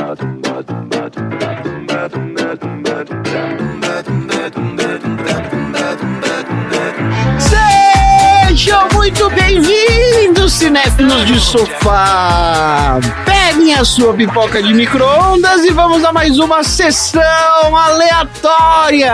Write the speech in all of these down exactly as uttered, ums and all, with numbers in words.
Sejam muito bem-vindos, cinéfilos de sofá! Peguem a sua pipoca de micro-ondas e vamos a mais uma sessão aleatória!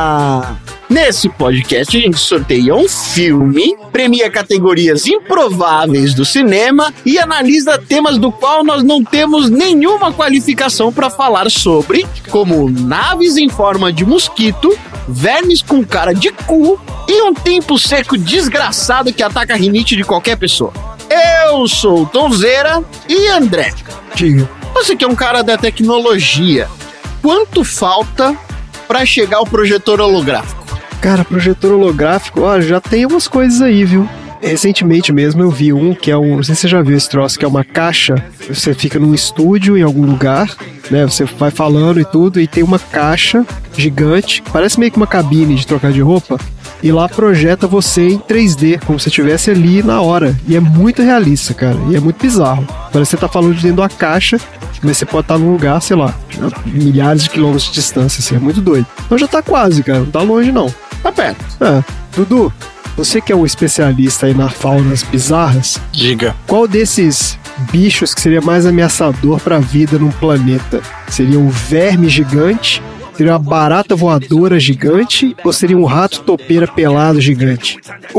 Nesse podcast a gente sorteia um filme, premia categorias improváveis do cinema e analisa temas do qual nós não temos nenhuma qualificação para falar sobre, como naves em forma de mosquito, vermes com cara de cu e um tempo seco desgraçado que ataca a rinite de qualquer pessoa. Eu sou o Tonzeira e André. Diga. Você que é um cara da tecnologia, quanto falta para chegar ao projetor holográfico? Cara, projetor holográfico, ó, já tem umas coisas aí, viu? Recentemente mesmo eu vi um que é um, não sei se você já viu esse troço, que é uma caixa, você fica num estúdio em algum lugar, né, você vai falando e tudo, e tem uma caixa gigante, parece meio que uma cabine de trocar de roupa, e lá projeta você em três D, como se você estivesse ali na hora, e é muito realista, cara, e é muito bizarro. Parece que você tá falando de dentro de uma caixa, mas você pode estar num lugar, sei lá, a milhares de quilômetros de distância, assim, é muito doido. Então já tá quase, cara, não tá longe não. Tá perto. É. Dudu, você que é um especialista aí na faunas bizarras, diga. Qual desses bichos que seria mais ameaçador pra vida num planeta? Seria um verme gigante? Seria uma barata voadora gigante? Ou seria um rato topeira pelado gigante?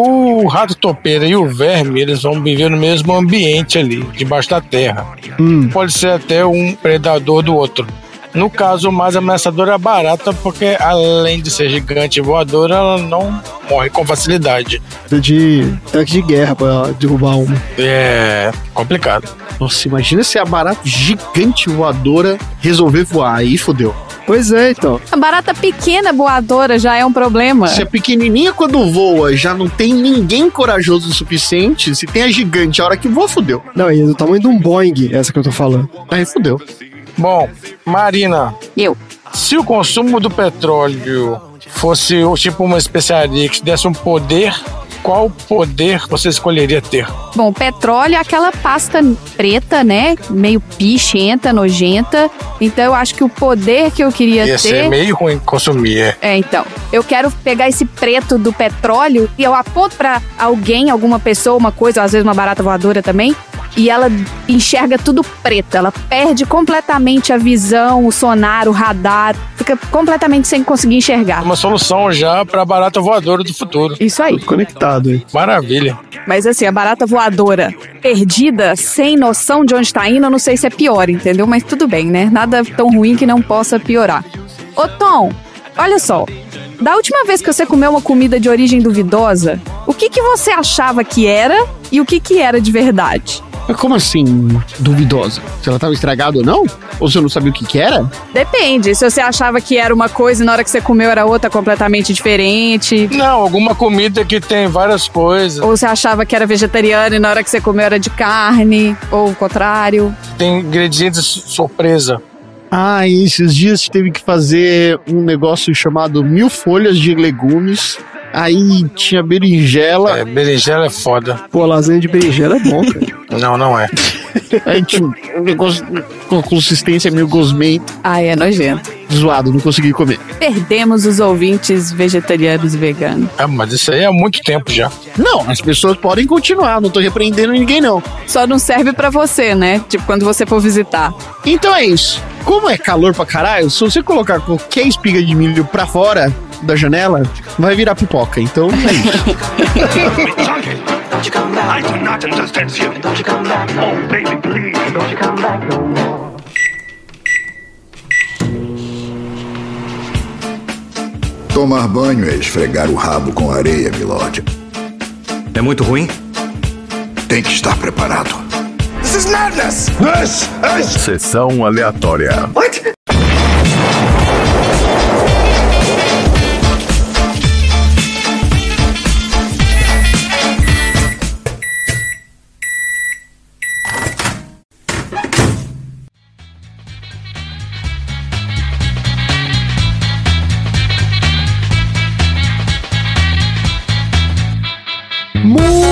O rato topeira e o verme, eles vão viver no mesmo ambiente ali, debaixo da terra. Hum. Pode ser até um predador do outro. No caso, o mais ameaçador é a barata, porque além de ser gigante e voadora, ela não morre com facilidade. De tanque de guerra pra derrubar uma. É complicado. Nossa, imagina se a barata gigante voadora resolver voar, aí fodeu. Pois é, então. A barata pequena voadora já é um problema. Se a pequenininha quando voa já não tem ninguém corajoso o suficiente, se tem a gigante, a hora que voa, fodeu. Não, e é do tamanho de um Boeing, essa que eu tô falando. Aí fodeu. Bom, Marina. Eu. Se o consumo do petróleo fosse tipo uma especiaria que te desse um poder, qual poder você escolheria ter? Bom, o petróleo é aquela pasta preta, né? Meio pichenta, nojenta. Então eu acho que o poder que eu queria Ia ter... ser meio ruim consumir, é. É, então. Eu quero pegar esse preto do petróleo e eu aponto pra alguém, alguma pessoa, uma coisa, ou às vezes uma barata voadora também, e ela enxerga tudo preto. Ela perde completamente a visão, o sonar, o radar. Fica completamente sem conseguir enxergar. Uma solução já pra barata voadora do futuro. Isso aí. Tudo conectado aí. Maravilha. Mas assim, a barata voadora perdida, sem noção de onde tá indo, eu não sei se é pior, entendeu? Mas tudo bem, né? Nada tão ruim que não possa piorar. Ô Tom, olha só. Da última vez que você comeu uma comida de origem duvidosa, o que que você achava que era e o que que era de verdade? Mas como assim, duvidosa? Se ela tava estragada ou não? Ou você não sabia o que que era? Depende, se você achava que era uma coisa e na hora que você comeu era outra completamente diferente. Não, alguma comida que tem várias coisas. Ou você achava que era vegetariana e na hora que você comeu era de carne, ou o contrário. Tem ingredientes surpresa. Ah, e esses dias teve que fazer um negócio chamado mil folhas de legumes. Aí tinha berinjela. É, berinjela é foda. Pô, lasanha de berinjela é bom, cara. Não, não é. Aí tinha um negócio com consistência meio gosmento. Ai, é nojento. Zoado, não consegui comer. Perdemos os ouvintes vegetarianos e veganos. Ah, mas isso aí é há muito tempo já. Não, as pessoas podem continuar, não tô repreendendo ninguém não. Só não serve pra você, né? Tipo, quando você for visitar. Então é isso. Como é calor pra caralho, se você colocar qualquer espiga de milho pra fora da janela, vai virar pipoca. Então é isso. I do not understand you. Oh, baby, please. Don't you come back no more. Tomar banho é esfregar o rabo com areia, milord. É muito ruim? Tem que estar preparado. This is madness! This is... Sessão aleatória. What? Muito bem,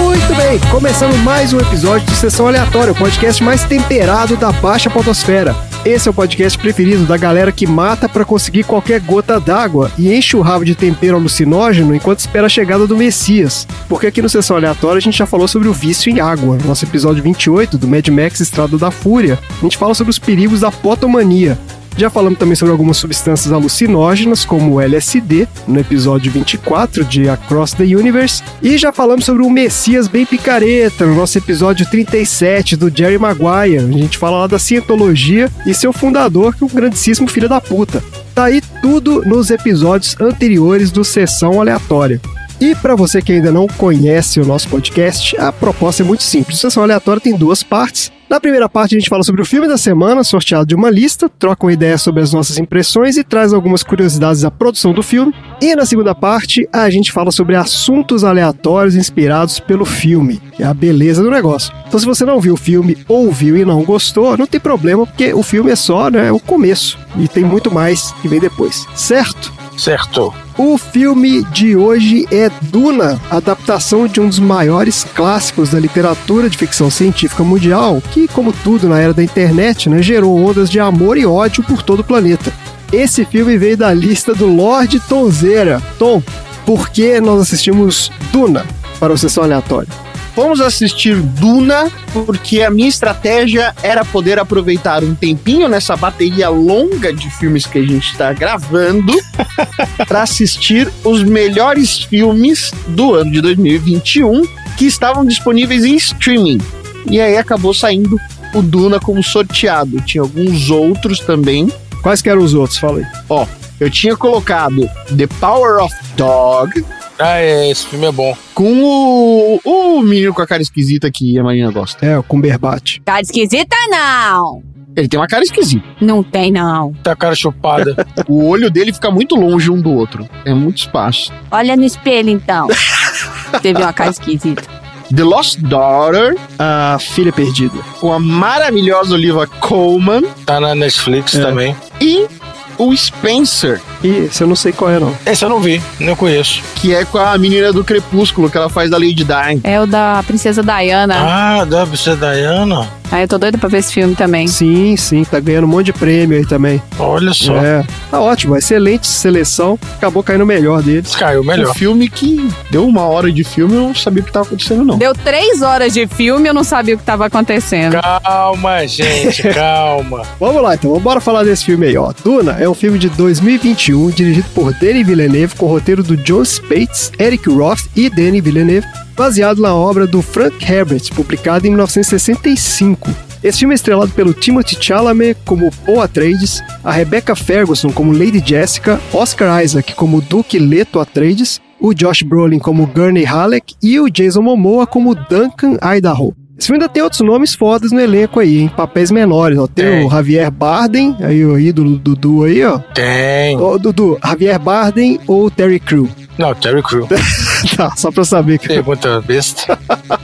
bem, começando mais um episódio do Sessão Aleatória, o podcast mais temperado da baixa podosfera. Esse é o podcast preferido da galera que mata pra conseguir qualquer gota d'água e enche o rabo de tempero alucinógeno enquanto espera a chegada do Messias. Porque aqui no Sessão Aleatória a gente já falou sobre o vício em água. No nosso episódio vinte e oito do Mad Max Estrada da Fúria, a gente fala sobre os perigos da potomania. Já falamos também sobre algumas substâncias alucinógenas, como o L S D, no episódio vinte e quatro de Across the Universe. E já falamos sobre o Messias bem picareta, no nosso episódio trinta e sete do Jerry Maguire. A gente fala lá da cientologia e seu fundador, que é um grandíssimo filho da puta. Tá aí tudo nos episódios anteriores do Sessão Aleatória. E para você que ainda não conhece o nosso podcast, a proposta é muito simples. O Sessão Aleatória tem duas partes. Na primeira parte a gente fala sobre o filme da semana, sorteado de uma lista, troca uma ideia sobre as nossas impressões e traz algumas curiosidades da produção do filme. E na segunda parte a gente fala sobre assuntos aleatórios inspirados pelo filme, que é a beleza do negócio. Então se você não viu o filme ou viu e não gostou, não tem problema, porque o filme é só, né, o começo. E tem muito mais que vem depois, certo? Certo. O filme de hoje é Duna, adaptação de um dos maiores clássicos da literatura de ficção científica mundial, que, como tudo na era da internet, né, gerou ondas de amor e ódio por todo o planeta. Esse filme veio da lista do Lorde Tonzeira. Tom, por que nós assistimos Duna para o Sessão Aleatória? Vamos assistir Duna, porque a minha estratégia era poder aproveitar um tempinho nessa bateria longa de filmes que a gente está gravando para assistir os melhores filmes do ano de dois mil e vinte e um que estavam disponíveis em streaming. E aí acabou saindo o Duna como sorteado. Tinha alguns outros também. Quais que eram os outros? Fala aí. Ó, eu tinha colocado The Power of Dog. Ah, é, esse filme é bom. Com o, o menino com a cara esquisita que a Marina gosta. É, o Cumberbatch. Cara esquisita, não! Ele tem uma cara esquisita. Não tem, não. Tá a cara chupada. O olho dele fica muito longe um do outro. É muito espaço. Olha no espelho, então. Teve uma cara esquisita. The Lost Daughter, A Filha Perdida. com a maravilhosa Olivia Colman. Tá na Netflix É. também. E o Spencer, E esse eu não sei qual é, não. Esse eu não vi, não conheço. que é com a menina do Crepúsculo, que ela faz da Lady Di. É o da Princesa Diana. Ah, deve ser Diana. Ah, eu tô doida pra ver esse filme também. Sim, sim, tá ganhando um monte de prêmio aí também. Olha só. É, tá ótimo, excelente seleção. Acabou caindo o melhor deles. Caiu Um melhor. filme que deu uma hora de filme, eu não sabia o que tava acontecendo, não. Deu três horas de filme e eu não sabia o que tava acontecendo. Calma, gente, calma. Vamos lá, então, bora falar desse filme aí, ó. Duna é um filme de dois mil e vinte e um, dirigido por Denis Villeneuve, com o roteiro do John Spates, Eric Roth e Denis Villeneuve, baseado na obra do Frank Herbert, publicada em mil novecentos e sessenta e cinco. Esse filme é estrelado pelo Timothée Chalamet como Paul Atreides, a Rebecca Ferguson como Lady Jessica, Oscar Isaac como Duque Leto Atreides, o Josh Brolin como Gurney Halleck e o Jason Momoa como Duncan Idaho. Esse filme ainda tem outros nomes fodas no elenco aí, em papéis menores, ó. Tem Tem. o Javier Bardem, aí o ídolo do Dudu aí, ó. Tem. Ô, Dudu, Javier Bardem ou Terry Crew? Não, Terry Crew. Tá, só pra eu saber que... Pergunta besta.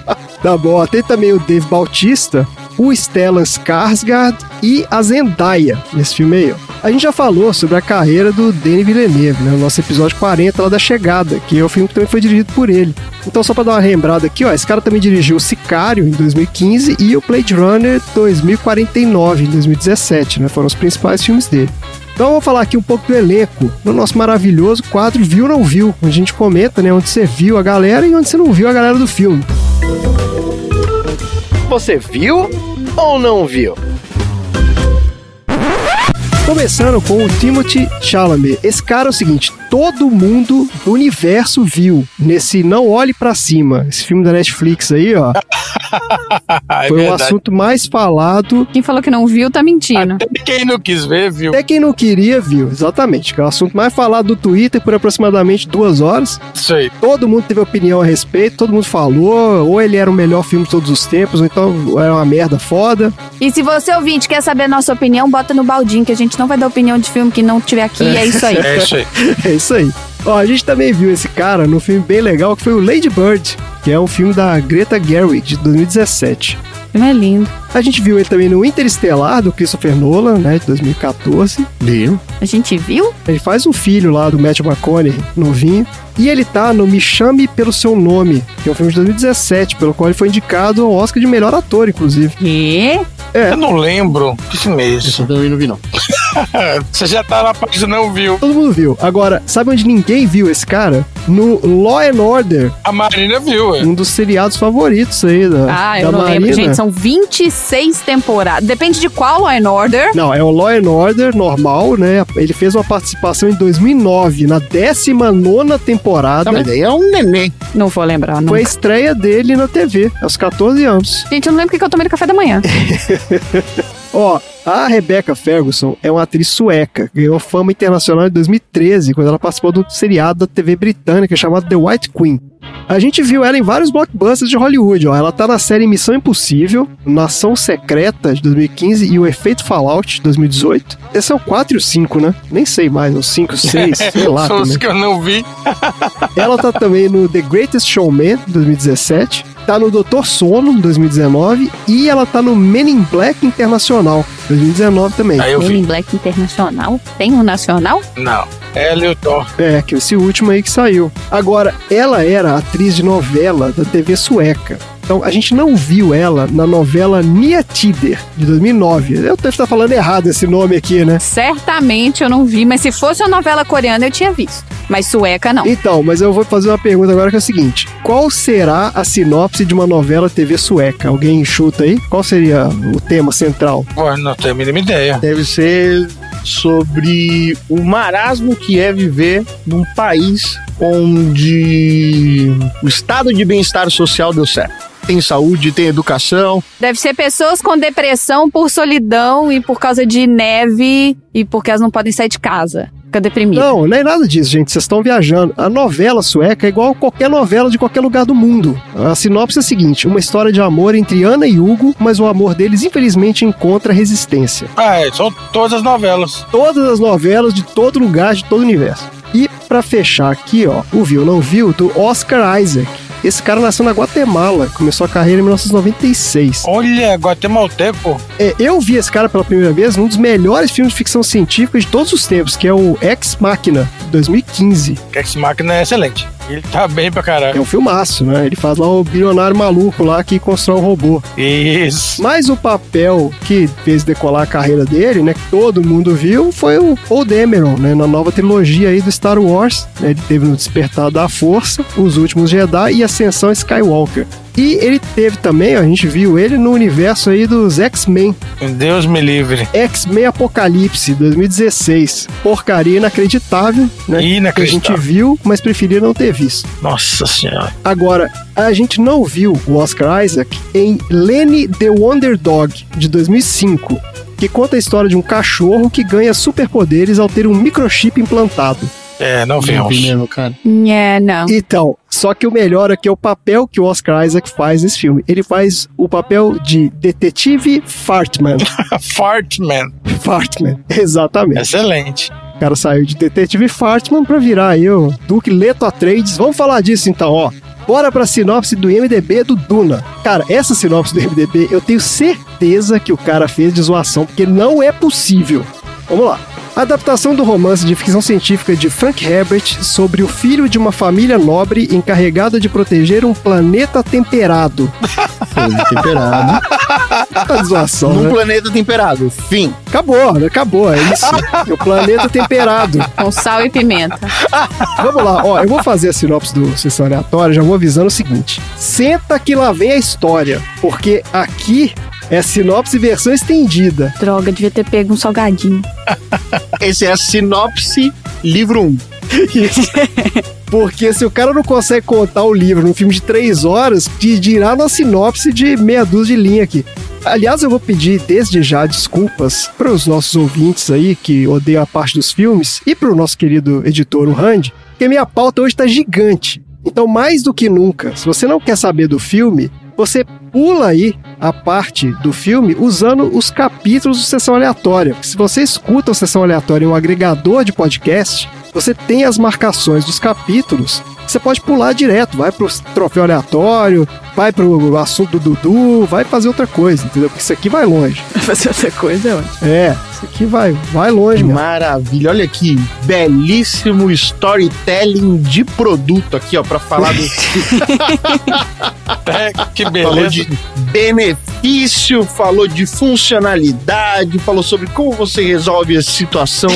Tá bom, ó, tem também o Dave Bautista, o Stellan Skarsgård e a Zendaya nesse filme aí, ó. A gente já falou sobre a carreira do Denis Villeneuve, né, no nosso episódio quarenta lá da Chegada, que é o filme que também foi dirigido por ele. Então, só pra dar uma lembrada aqui, ó, esse cara também dirigiu o Sicário em dois mil e quinze e o Blade Runner dois mil e quarenta e nove em dois mil e dezessete, né, foram os principais filmes dele. Então eu vou falar aqui um pouco do elenco, no nosso maravilhoso quadro Viu ou Não Viu, onde a gente comenta, né, onde você viu a galera e onde você não viu a galera do filme. Você viu ou não viu? Começando com o Timothée Chalamet. Esse cara é o seguinte, todo mundo do universo viu nesse Não Olhe Pra Cima, esse filme da Netflix aí, ó. É Foi o verdade. assunto mais falado. Quem falou que não viu, tá mentindo. Até quem não quis ver, viu? Até quem não queria, viu. Exatamente. Que é o assunto mais falado do Twitter por aproximadamente duas horas. Isso aí. Todo mundo teve opinião a respeito, todo mundo falou, ou ele era o melhor filme de todos os tempos, ou então era uma merda foda. E se você, ouvinte, quer saber a nossa opinião, bota no baldinho, que a gente não vai dar opinião de filme que não tiver aqui, é, é isso aí. É isso aí. É isso aí. Ó, a gente também viu esse cara num filme bem legal que foi o Lady Bird, que é um filme da Greta Gerwig, de dois mil e dezessete. Filme é lindo. A gente viu ele também no Interestelar, do Christopher Nolan, né, de dois mil e catorze. Viu? A gente viu? Ele faz um filho lá do Matthew McConaughey, novinho. E ele tá no Me Chame Pelo Seu Nome, que é um filme de dois mil e dezessete, pelo qual ele foi indicado ao Oscar de melhor ator, inclusive. E? É. Eu não lembro. Que filme é esse? Isso eu também não vi, não. Você já tá na página, não viu? Todo mundo viu. Agora, sabe onde ninguém viu esse cara? No Law and Order, A Marina viu, é. um dos seriados favoritos aí da, Ah, da eu não Marina. lembro, gente. São vinte e seis temporadas. Depende de qual Law and Order. Não, é o Law and Order normal, né? Ele fez uma participação em dois mil e nove, na décima nona temporada. Tá, mas daí é um neném. Não vou lembrar, não. Foi a estreia dele na T V, aos catorze anos. Gente, eu não lembro o que eu tomei no café da manhã. Ó, a Rebecca Ferguson é uma atriz sueca, ganhou fama internacional em dois mil e treze, quando ela participou de um seriado da T V britânica chamado The White Queen. A gente viu ela em vários blockbusters de Hollywood, ó. Ela tá na série Missão Impossível, Nação Secreta, de dois mil e quinze, e O Efeito Fallout, de dois mil e dezoito. Esse é o quatro e o cinco, né? Nem sei mais, o cinco, seis, sei lá São os também. que eu não vi. Ela tá também no The Greatest Showman, de dois mil e dezessete. Tá no Doutor Sono, dois mil e dezenove. E ela tá no Men in Black Internacional, dois mil e dezenove também. Aí eu Men vi. in Black Internacional? Tem um nacional? Não. Ela e o Thor. É, que esse último aí que saiu. Agora, ela era atriz de novela da T V sueca. Então, a gente não viu ela na novela Nya Tider, de dois mil e nove. Eu devo estar falando errado esse nome aqui, né? Certamente eu não vi, mas se fosse uma novela coreana eu tinha visto. Mas sueca não. Então, mas eu vou fazer uma pergunta agora que é o seguinte. Qual será a sinopse de uma novela T V sueca? Alguém chuta aí? Qual seria o tema central? Pô, não tenho a mínima ideia. Deve ser sobre o marasmo que é viver num país onde o estado de bem-estar social deu certo. Tem saúde, tem educação. Deve ser pessoas com depressão por solidão e por causa de neve e porque elas não podem sair de casa. Fica deprimida. Não, não é nada disso, gente. Vocês estão viajando. A novela sueca é igual a qualquer novela de qualquer lugar do mundo. A sinopse é a seguinte: uma história de amor entre Ana e Hugo, mas o amor deles infelizmente encontra resistência. Ah, é, são todas as novelas. Todas as novelas de todo lugar, de todo o universo. E pra fechar aqui, ó, o Viu Não Viu, do Oscar Isaac. Esse cara nasceu na Guatemala, começou a carreira em mil novecentos e noventa e seis. Olha, guatemalteco. É, eu vi esse cara pela primeira vez num dos melhores filmes de ficção científica de todos os tempos, que é o Ex Machina, de dois mil e quinze. Ex Machina é excelente. Ele tá bem pra É caralho. um filmaço, né? Ele faz lá o bilionário maluco lá que constrói o robô. Isso. Mas o papel que fez decolar a carreira dele, né, que todo mundo viu, foi o Paul Dameron, né, na nova trilogia aí do Star Wars. Né, ele teve no Despertar da Força, Os Últimos Jedi e Ascensão Skywalker. E ele teve também, ó, a gente viu ele no universo aí dos X-Men. Deus me livre. X-Men Apocalipse, dois mil e dezesseis. Porcaria inacreditável, né? Que a Inacreditável. gente viu, mas preferia não ter visto. Nossa senhora. Agora, a gente não viu o Oscar Isaac em Lenny the Wonder Dog, de dois mil e cinco, que conta a história de um cachorro que ganha superpoderes ao ter um microchip implantado. É, não Não vi vimos. mesmo, cara. É, não. Então, só que o melhor aqui é o papel que o Oscar Isaac faz nesse filme. Ele faz o papel de detetive Fartman. Fartman. Fartman, exatamente. Excelente. O cara saiu de detetive Fartman pra virar aí o Duque Leto Atreides. Vamos falar disso então, ó. Bora pra sinopse do I M D B do Duna. Cara, essa sinopse do I M D B eu tenho certeza que o cara fez de zoação, porque não é possível. Vamos lá. A adaptação do romance de ficção científica de Frank Herbert sobre o filho de uma família nobre encarregada de proteger um planeta temperado. Temperado. Tá de zoação, Num né? planeta temperado. Fim. Acabou, né? Acabou, é isso. É o planeta temperado. Com sal e pimenta. Vamos lá, ó, eu vou fazer a sinopse do Sessão Aleatória, já vou avisando o seguinte. Senta que lá vem a história, porque aqui é a sinopse versão estendida. Droga, devia ter pego um salgadinho. Esse é a sinopse livro um. Isso. Porque se o cara não consegue contar o livro num filme de três horas, que dirá na sinopse de meia dúzia de linha aqui. Aliás, eu vou pedir desde já desculpas para os nossos ouvintes aí que odeiam a parte dos filmes e para o nosso querido editor, o Randy, porque minha pauta hoje tá gigante. Então, mais do que nunca, se você não quer saber do filme, você pula aí a parte do filme usando os capítulos do Sessão Aleatória. Se você escuta o Sessão Aleatória em um agregador de podcast, você tem as marcações dos capítulos você pode pular direto, vai pro troféu aleatório, vai pro assunto do Dudu, vai fazer outra coisa, entendeu? Porque isso aqui vai longe. Fazer outra coisa é ótimo. É, isso aqui vai, vai longe, meu. Maravilha, olha aqui, belíssimo storytelling de produto aqui, ó, pra falar do... É, que beleza. Falou de benefício, falou de funcionalidade, falou sobre como você resolve a situação.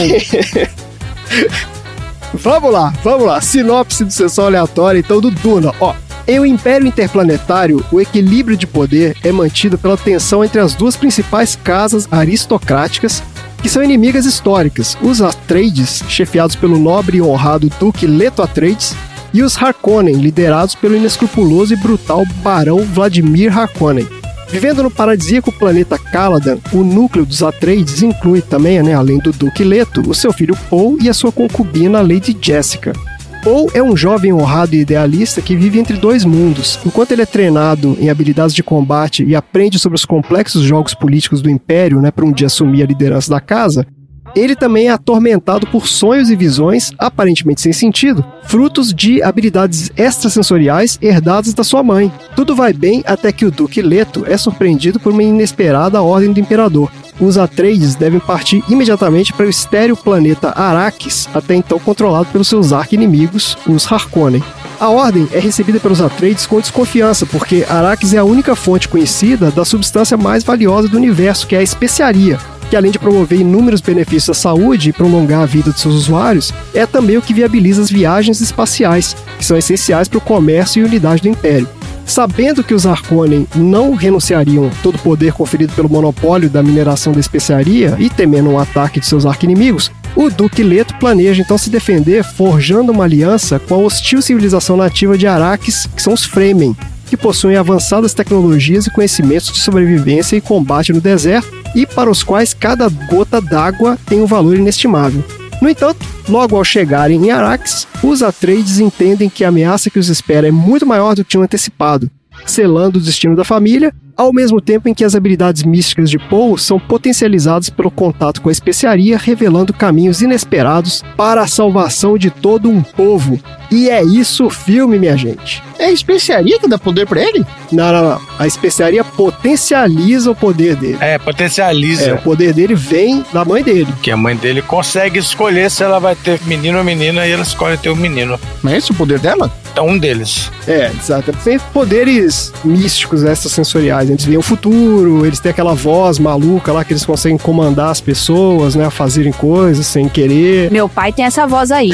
Vamos lá, vamos lá. Sinopse do Sessão Aleatória, então, do Duna. Ó, em um império interplanetário, o equilíbrio de poder é mantido pela tensão entre as duas principais casas aristocráticas, que são inimigas históricas, os Atreides, chefiados pelo nobre e honrado Duque Leto Atreides, e os Harkonnen, liderados pelo inescrupuloso e brutal Barão Vladimir Harkonnen. Vivendo no paradisíaco planeta Caladan, o núcleo dos Atreides inclui também, né, além do Duque Leto, o seu filho Paul e a sua concubina Lady Jessica. Paul é um jovem honrado e idealista que vive entre dois mundos. Enquanto ele é treinado em habilidades de combate e aprende sobre os complexos jogos políticos do Império, né, para um dia assumir a liderança da casa, ele também é atormentado por sonhos e visões, aparentemente sem sentido, frutos de habilidades extrasensoriais herdadas da sua mãe. Tudo vai bem até que o Duque Leto é surpreendido por uma inesperada ordem do Imperador. Os Atreides devem partir imediatamente para o estéril planeta Arrakis, até então controlado pelos seus arqui-inimigos, os Harkonnen. A ordem é recebida pelos Atreides com desconfiança, porque Arrakis é a única fonte conhecida da substância mais valiosa do universo, que é a especiaria, que além de promover inúmeros benefícios à saúde e prolongar a vida de seus usuários, é também o que viabiliza as viagens espaciais, que são essenciais para o comércio e unidade do Império. Sabendo que os Harkonnen não renunciariam todo o poder conferido pelo monopólio da mineração da especiaria e temendo um ataque de seus arqui-inimigos, o Duque Leto planeja então se defender forjando uma aliança com a hostil civilização nativa de Arrakis, que são os Fremen, que possuem avançadas tecnologias e conhecimentos de sobrevivência e combate no deserto e para os quais cada gota d'água tem um valor inestimável. No entanto, logo ao chegarem em Arrakis, os Atreides entendem que a ameaça que os espera é muito maior do que tinham antecipado, selando o destino da família, ao mesmo tempo em que as habilidades místicas de Paul são potencializadas pelo contato com a especiaria, revelando caminhos inesperados para a salvação de todo um povo. E é isso o filme, minha gente. É a especiaria que dá poder pra ele? Não, não, não. A especiaria potencializa o poder dele. É, potencializa. É, o poder dele vem da mãe dele. Que a mãe dele consegue escolher se ela vai ter menino ou menina e ela escolhe ter um menino. Mas esse é o poder dela? Então, um deles. É, exato. Tem poderes místicos extrasensoriais. Eles veem o futuro, eles têm aquela voz maluca lá que eles conseguem comandar as pessoas, né, a fazerem coisas sem querer. Meu pai tem essa voz aí.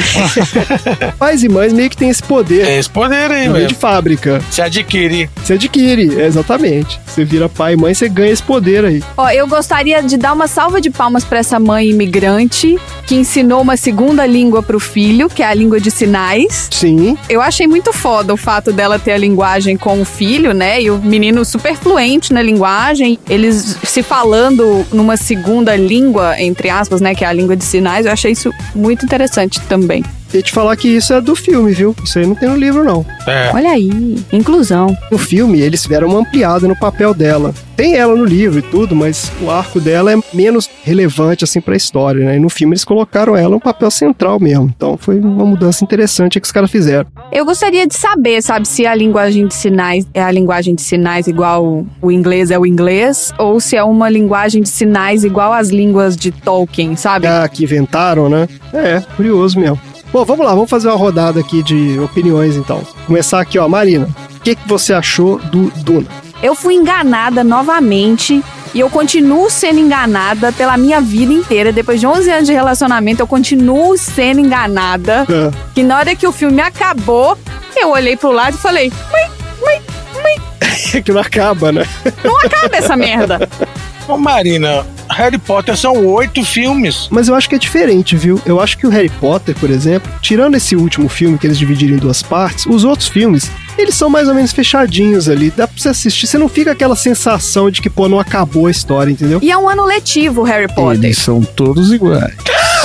Pais e mães meio que tem esse poder. Tem esse poder aí, velho. velho. De fábrica. Se adquire. Se adquire, exatamente. Você vira pai e mãe, você ganha esse poder aí. Ó, eu gostaria de dar uma salva de palmas pra essa mãe imigrante que ensinou uma segunda língua pro filho, que é a língua de sinais. Sim. Eu achei muito foda o fato dela ter a linguagem com o filho, né? E o menino super fluente na linguagem. Eles se falando numa segunda língua, entre aspas, né? Que é a língua de sinais. Eu achei isso muito interessante também. E te falar que isso é do filme, viu? Isso aí não tem no livro, não. É. Olha aí, inclusão. No filme, eles deram uma ampliada no papel dela. Tem ela no livro e tudo, mas o arco dela é menos relevante, assim, pra história, né? E no filme eles colocaram ela no papel central mesmo. Então foi uma mudança interessante que os caras fizeram. Eu gostaria de saber, sabe, se a linguagem de sinais é a linguagem de sinais igual o inglês é o inglês, ou se é uma linguagem de sinais igual às línguas de Tolkien, sabe? Ah, que inventaram, né? É, curioso mesmo. Bom, vamos lá, vamos fazer uma rodada aqui de opiniões, então. Começar aqui, ó, Marina. O que, que você achou do Duna? Eu fui enganada novamente e eu continuo sendo enganada pela minha vida inteira. Depois de onze anos de relacionamento, eu continuo sendo enganada. É. Que na hora que o filme acabou, eu olhei pro lado e falei... Mãe, mãe, mãe. Que não acaba, né? Não acaba essa merda. Ô, Marina, Harry Potter são oito filmes. Mas eu acho que é diferente, viu? Eu acho que o Harry Potter, por exemplo, tirando esse último filme que eles dividiram em duas partes, os outros filmes, eles são mais ou menos fechadinhos ali. Dá pra você assistir, você não fica aquela sensação de que, pô, não acabou a história, entendeu? E é um ano letivo, Harry Potter. Eles são todos iguais.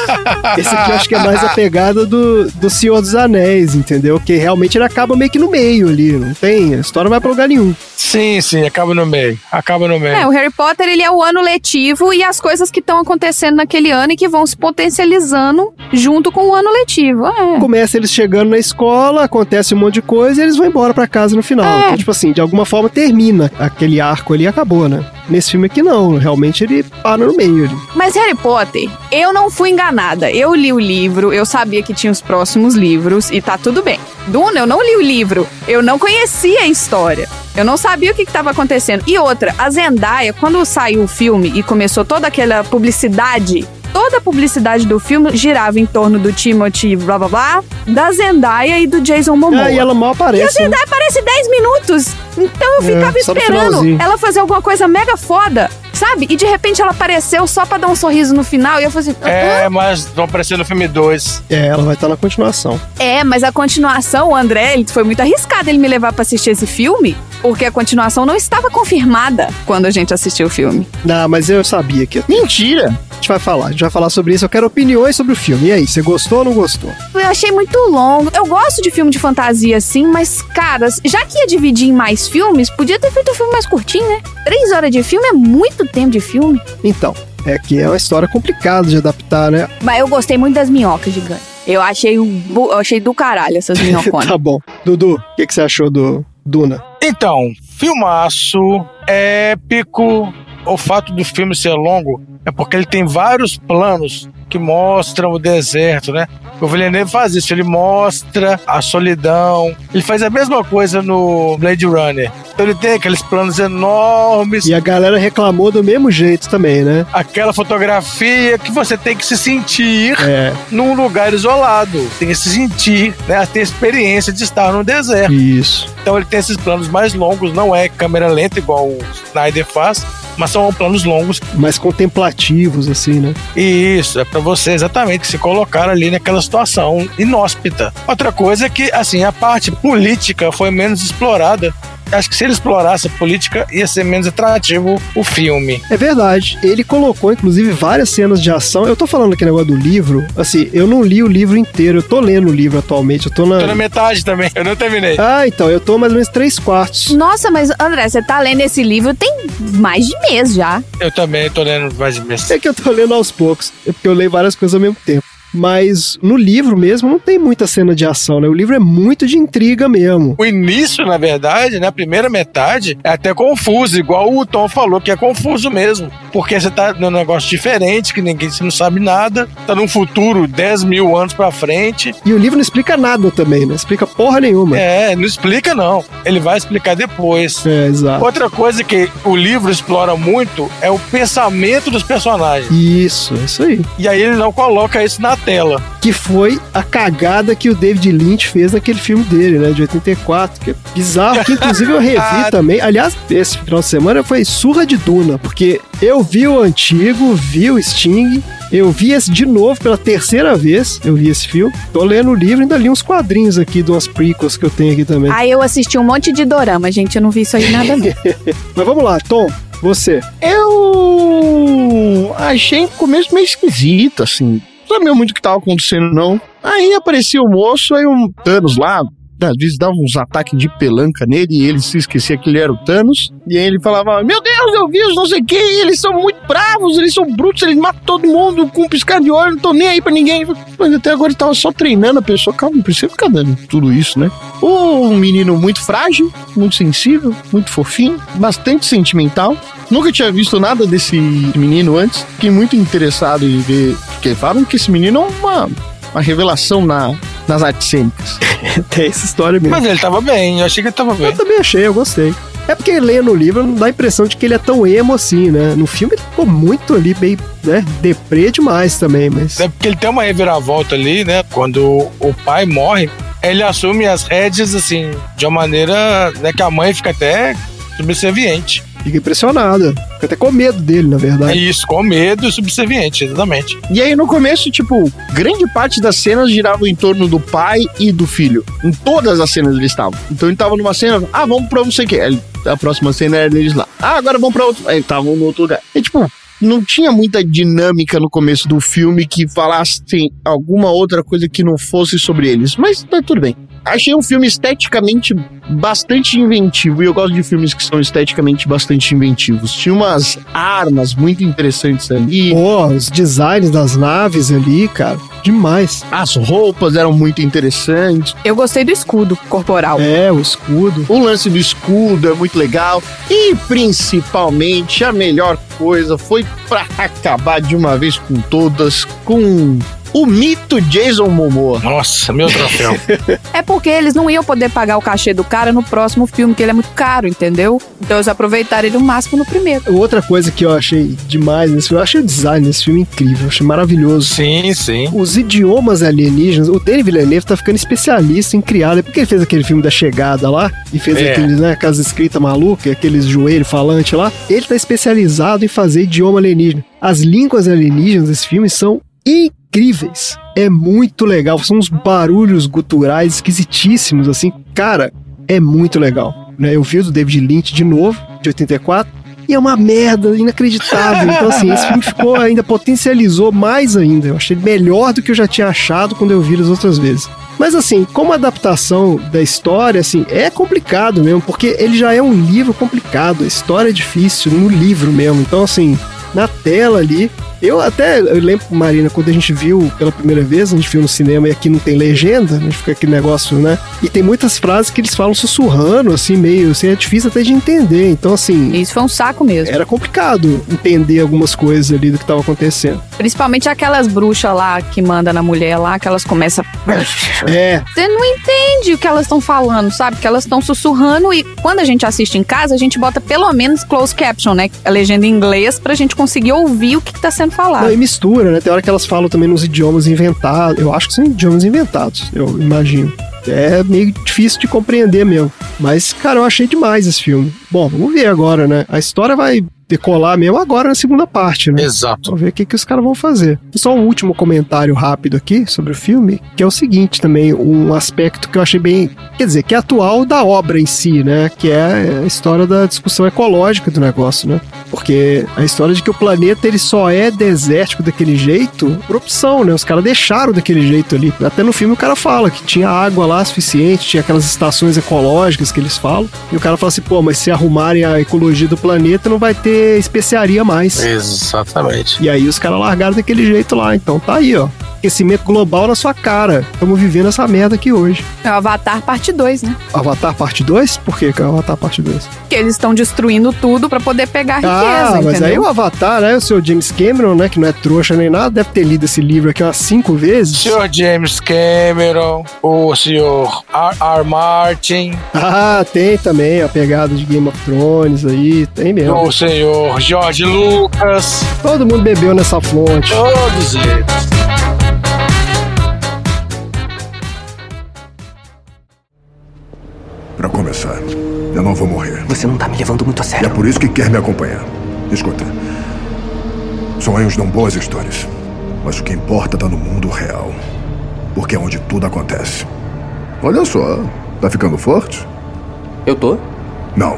Esse aqui eu acho que é mais a pegada do, do Senhor dos Anéis, entendeu? Que realmente ele acaba meio que no meio ali, não tem? A história não vai pra lugar nenhum. Sim, sim, acaba no meio. Acaba no meio. É, o Harry Potter, ele é o ano letivo e as coisas que estão acontecendo naquele ano e que vão se potencializando junto com o ano letivo. É. Começa eles chegando na escola, acontece um monte de coisa e eles vão embora pra casa no final. É. Então, tipo assim, de alguma forma termina aquele arco ali e acabou, né? Nesse filme aqui não, realmente ele para no meio ali. Mas Harry Potter, eu não fui enganada. Eu li o livro, eu sabia que tinha os próximos livros e tá tudo bem. Duna, eu não li o livro, eu não conhecia a história. Eu não sabia o que estava acontecendo. E outra, a Zendaya, quando saiu o filme e começou toda aquela publicidade, toda a publicidade do filme girava em torno do Timothy blá blá blá, da Zendaya e do Jason Momoa. Ah, e ela mal aparece. E a Zendaya né? aparece dez minutos. Então eu ficava É, só no esperando finalzinho. ela fazer alguma coisa mega foda, sabe? E de repente ela apareceu só pra dar um sorriso no final. E eu falei assim, É, "Hã?" mas vão aparecer no filme dois. É, ela vai estar na continuação. É, mas a continuação, o André, ele foi muito arriscado ele me levar pra assistir esse filme, porque a continuação não estava confirmada quando a gente assistiu o filme. Não, mas eu sabia que... Mentira! A gente vai falar, a gente vai falar sobre isso. Eu quero opiniões sobre o filme. E aí, você gostou ou não gostou? Eu achei muito longo. Eu gosto de filme de fantasia, assim, mas, cara, já que ia dividir em mais filmes, podia ter feito um filme mais curtinho, né? Três horas de filme é muito tempo de filme. Então, é que é uma história complicada de adaptar, né? Mas eu gostei muito das minhocas gigantes. Eu achei, um bu- eu achei do caralho essas minhoconas. Tá bom. Dudu, o que, que você achou do Duna? Então, filmaço, épico. O fato do filme ser longo é porque ele tem vários planos que mostram o deserto, né? O Villeneuve faz isso, ele mostra a solidão. Ele faz a mesma coisa no Blade Runner. Então ele tem aqueles planos enormes. E a galera reclamou do mesmo jeito também, né? Aquela fotografia que você tem que se sentir É. num lugar isolado. Tem que se sentir, né? Ter a experiência de estar no deserto. Isso. Então ele tem esses planos mais longos, não é câmera lenta igual o Snyder faz, mas são planos longos. Mais contemplativos, assim, né? E isso, é pra você exatamente se colocar ali naquela situação inóspita. Outra coisa é que, assim, a parte política foi menos explorada. Acho que se ele explorasse a política, ia ser menos atrativo o filme. É verdade. Ele colocou, inclusive, várias cenas de ação. Eu tô falando aqui negócio do livro. Assim, eu não li o livro inteiro. Eu tô lendo o livro atualmente. Eu tô na... Tô na metade também, eu não terminei. Ah, então. Eu tô mais ou menos três quartos. Nossa, mas André, você tá lendo esse livro tem mais de mês já. Eu também tô lendo mais de mês. É que eu tô lendo aos poucos. É porque eu leio várias coisas ao mesmo tempo. Mas no livro mesmo não tem muita cena de ação, né? O livro é muito de intriga mesmo. O início, na verdade, né, a primeira metade, é até confuso, igual o Tom falou, que é confuso mesmo. Porque você tá num negócio diferente, que ninguém, você não sabe nada, tá num futuro dez mil anos pra frente. E o livro não explica nada também, né? Não explica porra nenhuma. É, não explica não. Ele vai explicar depois. É, exato. Outra coisa que o livro explora muito é o pensamento dos personagens. Isso, é isso aí. E aí ele não coloca isso na tela. Que foi a cagada que o David Lynch fez naquele filme dele, né? De oitenta e quatro. Que é bizarro, que inclusive eu revi também. Aliás, esse final de semana foi surra de Duna, porque eu vi o antigo, vi o Sting, eu vi esse de novo pela terceira vez, eu vi esse filme. Tô lendo o livro, ainda li uns quadrinhos aqui, de umas prequels que eu tenho aqui também. Aí eu assisti um monte de dorama, gente, eu não vi isso aí nada não. Mas vamos lá, Tom, você. Eu achei o começo meio esquisito, assim. Não sabia muito o que tava acontecendo, não. Aí aparecia o moço, aí um Thanos lá, às vezes dava uns ataques de pelanca nele e ele se esquecia que ele era o Thanos. E aí ele falava, meu Deus, eu vi os não sei o que, eles são muito bravos, eles são brutos, eles matam todo mundo com um piscar de olho, não tô nem aí pra ninguém. Mas até agora ele tava só treinando a pessoa, calma, não precisa ficar dando tudo isso, né? Um menino muito frágil, muito sensível, muito fofinho, bastante sentimental. Nunca tinha visto nada desse menino antes, fiquei muito interessado em ver, porque falam que esse menino é uma, uma revelação na, nas artes cênicas. Tem essa história mesmo. Mas ele tava bem, eu achei que ele tava bem. Eu também achei, eu gostei. É porque lendo o livro não dá a impressão de que ele é tão emo assim, né? No filme ele ficou muito ali, meio, né, deprê demais também, mas... É porque ele tem uma reviravolta ali, né? Quando o pai morre, ele assume as rédeas, assim, de uma maneira, né, que a mãe fica até subserviente. Fica impressionada. Fica até com medo dele, na É verdade. isso, com medo e subserviente, exatamente. E aí no começo, tipo, grande parte das cenas giravam em torno do pai e do filho. Em todas as cenas eles estavam. Então ele tava numa cena, ah, vamos pra não sei o que. A próxima cena era eles lá. Ah, agora vamos pra outro. Aí estavam no outro lugar. E tipo, não tinha muita dinâmica no começo do filme que falasse alguma outra coisa que não fosse sobre eles. Mas tá tudo bem. Achei um filme esteticamente bastante inventivo, e eu gosto de filmes que são esteticamente bastante inventivos. Tinha umas armas muito interessantes ali. Pô, os designs das naves ali, cara, demais. As roupas eram muito interessantes. Eu gostei do escudo corporal. É, o escudo. O lance do escudo é muito legal. E, principalmente, a melhor coisa foi pra acabar de uma vez com todas com o mito Jason Momoa. Nossa, meu troféu. É porque eles não iam poder pagar o cachê do cara no próximo filme, que ele é muito caro, entendeu? Então eles aproveitaram ele o máximo no primeiro. Outra coisa que eu achei demais nesse filme, eu achei o design desse filme incrível, eu achei maravilhoso. Sim, sim. Os idiomas alienígenas, o Denis Villeneuve tá ficando especialista em criar, é porque ele fez aquele filme da Chegada lá, e fez é. aqueles, né, aquelas escritas malucas, aqueles joelhos falantes lá, ele tá especializado em fazer idioma alienígena. As línguas alienígenas desse filme são incríveis. É muito legal. São uns barulhos guturais esquisitíssimos, assim. Cara, é muito legal. Né? Eu vi o do David Lynch de novo, de oitenta e quatro, e é uma merda inacreditável. Então, assim, esse filme ficou ainda, potencializou mais ainda. Eu achei melhor do que eu já tinha achado quando eu vi as outras vezes. Mas assim, como adaptação da história, assim, é complicado mesmo, porque ele já é um livro complicado, a história é difícil no livro mesmo. Então, assim, na tela ali, eu até, eu lembro, Marina, quando a gente viu pela primeira vez, a gente viu no cinema e aqui não tem legenda, a gente fica aquele negócio, né? E tem muitas frases que eles falam sussurrando, assim, meio, assim, é difícil até de entender. Então, assim... Isso foi um saco mesmo. Era complicado entender algumas coisas ali do que estava acontecendo. Principalmente aquelas bruxas lá que manda na mulher lá, que elas começam... É. Você não entende o que elas estão falando, sabe? Que elas estão sussurrando, e quando a gente assiste em casa, a gente bota pelo menos closed caption, né? A legenda em inglês, pra gente conseguir ouvir o que, que tá sendo falado. Não, e mistura, né? Tem hora que elas falam também nos idiomas inventados. Eu acho que são idiomas inventados, eu imagino. É meio difícil de compreender mesmo. Mas, cara, eu achei demais esse filme. Bom, vamos ver agora, né? A história vai decolar mesmo agora na segunda parte, né? Exato. Vamos ver o que, que os caras vão fazer. Só um último comentário rápido aqui sobre o filme, que é o seguinte também, um aspecto que eu achei bem, quer dizer, que é atual da obra em si, né? Que é a história da discussão ecológica do negócio, né? Porque a história de que o planeta ele só é desértico daquele jeito por opção, né? Os caras deixaram daquele jeito ali. Até no filme o cara fala que tinha água lá suficiente, tinha aquelas estações ecológicas que eles falam, e o cara fala assim, pô, mas se arrumarem a ecologia do planeta não vai ter especiaria mais. Exatamente. E aí os caras largaram daquele jeito lá. Então tá aí, ó. Aquecimento global na sua cara. Estamos vivendo essa merda aqui hoje. É o Avatar parte dois, né? Avatar parte dois? Por que que é o Avatar parte dois? Porque eles estão destruindo tudo pra poder pegar a riqueza, ah, mas entendeu? aí o Avatar, né? O senhor James Cameron, né? Que não é trouxa nem nada, deve ter lido esse livro aqui umas cinco vezes. senhor James Cameron, o senhor R. R. Martin. Ah, tem também a pegada de Game of Thrones aí, tem mesmo. O senhor George Lucas. Todo mundo bebeu nessa fonte. Todos eles. Pra começar, eu não vou morrer. Você não tá me levando muito a E sério. é por isso que quer me acompanhar. Escuta, sonhos dão boas histórias, mas o que importa tá no mundo real, porque é onde tudo acontece. Olha só, tá ficando forte? Eu tô? Não.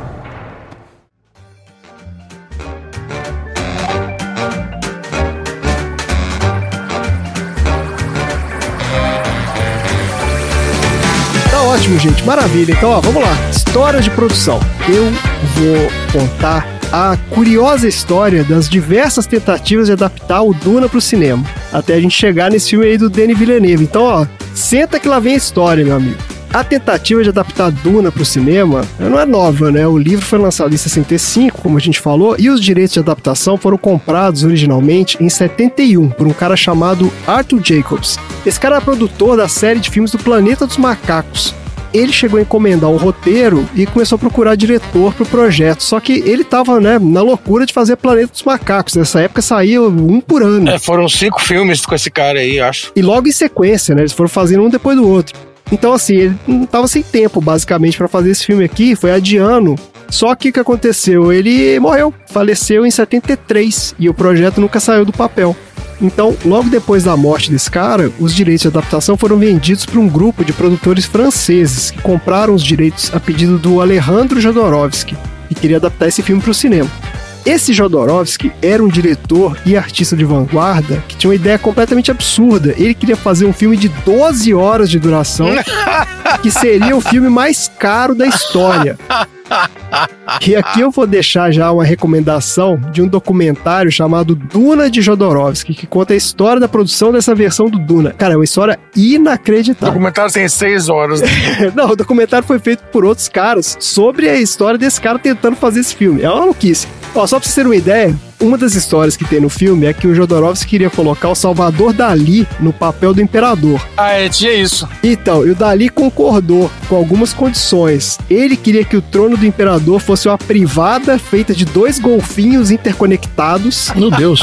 Ótimo, gente, maravilha. Então, ó, vamos lá. História de produção. Eu vou contar a curiosa história das diversas tentativas de adaptar o Duna pro cinema, até a gente chegar nesse filme aí do Denis Villeneuve. Então, ó, senta que lá vem a história, meu amigo. A tentativa de adaptar Duna pro cinema não é nova, né? O livro foi lançado em sessenta e cinco, como a gente falou, e os direitos de adaptação foram comprados originalmente em setenta e um por um cara chamado Arthur Jacobs. Esse cara é produtor da série de filmes do Planeta dos Macacos. Ele chegou a encomendar um roteiro e começou a procurar diretor pro projeto. Só que ele tava, né, na loucura de fazer Planeta dos Macacos. Nessa época saía um por ano. É, foram cinco filmes com esse cara aí, acho. E logo em sequência, né? Eles foram fazendo um depois do outro. Então, assim, ele não tava sem tempo, basicamente, pra fazer esse filme aqui. Foi adiando. Só que o que aconteceu? Ele morreu. Faleceu em setenta e três. E o projeto nunca saiu do papel. Então, logo depois da morte desse cara, os direitos de adaptação foram vendidos para um grupo de produtores franceses que compraram os direitos a pedido do Alejandro Jodorowsky, que queria adaptar esse filme para o cinema. Esse Jodorowsky era um diretor e artista de vanguarda que tinha uma ideia completamente absurda. Ele queria fazer um filme de doze horas de duração, que seria o filme mais caro da história. E aqui eu vou deixar já uma recomendação de um documentário chamado Duna de Jodorowsky, que conta a história da produção dessa versão do Duna. Cara, é uma história inacreditável. O documentário tem seis horas. Não, o documentário foi feito por outros caras sobre a história desse cara tentando fazer esse filme. É uma maluquice. Ó, só pra vocês terem uma ideia, uma das histórias que tem no filme é que o Jodorowsky queria colocar o Salvador Dalí no papel do imperador. Ah, é, tinha isso. Então, e o Dalí concordou com algumas condições. Ele queria que o trono do imperador fosse uma privada feita de dois golfinhos interconectados. Meu Deus.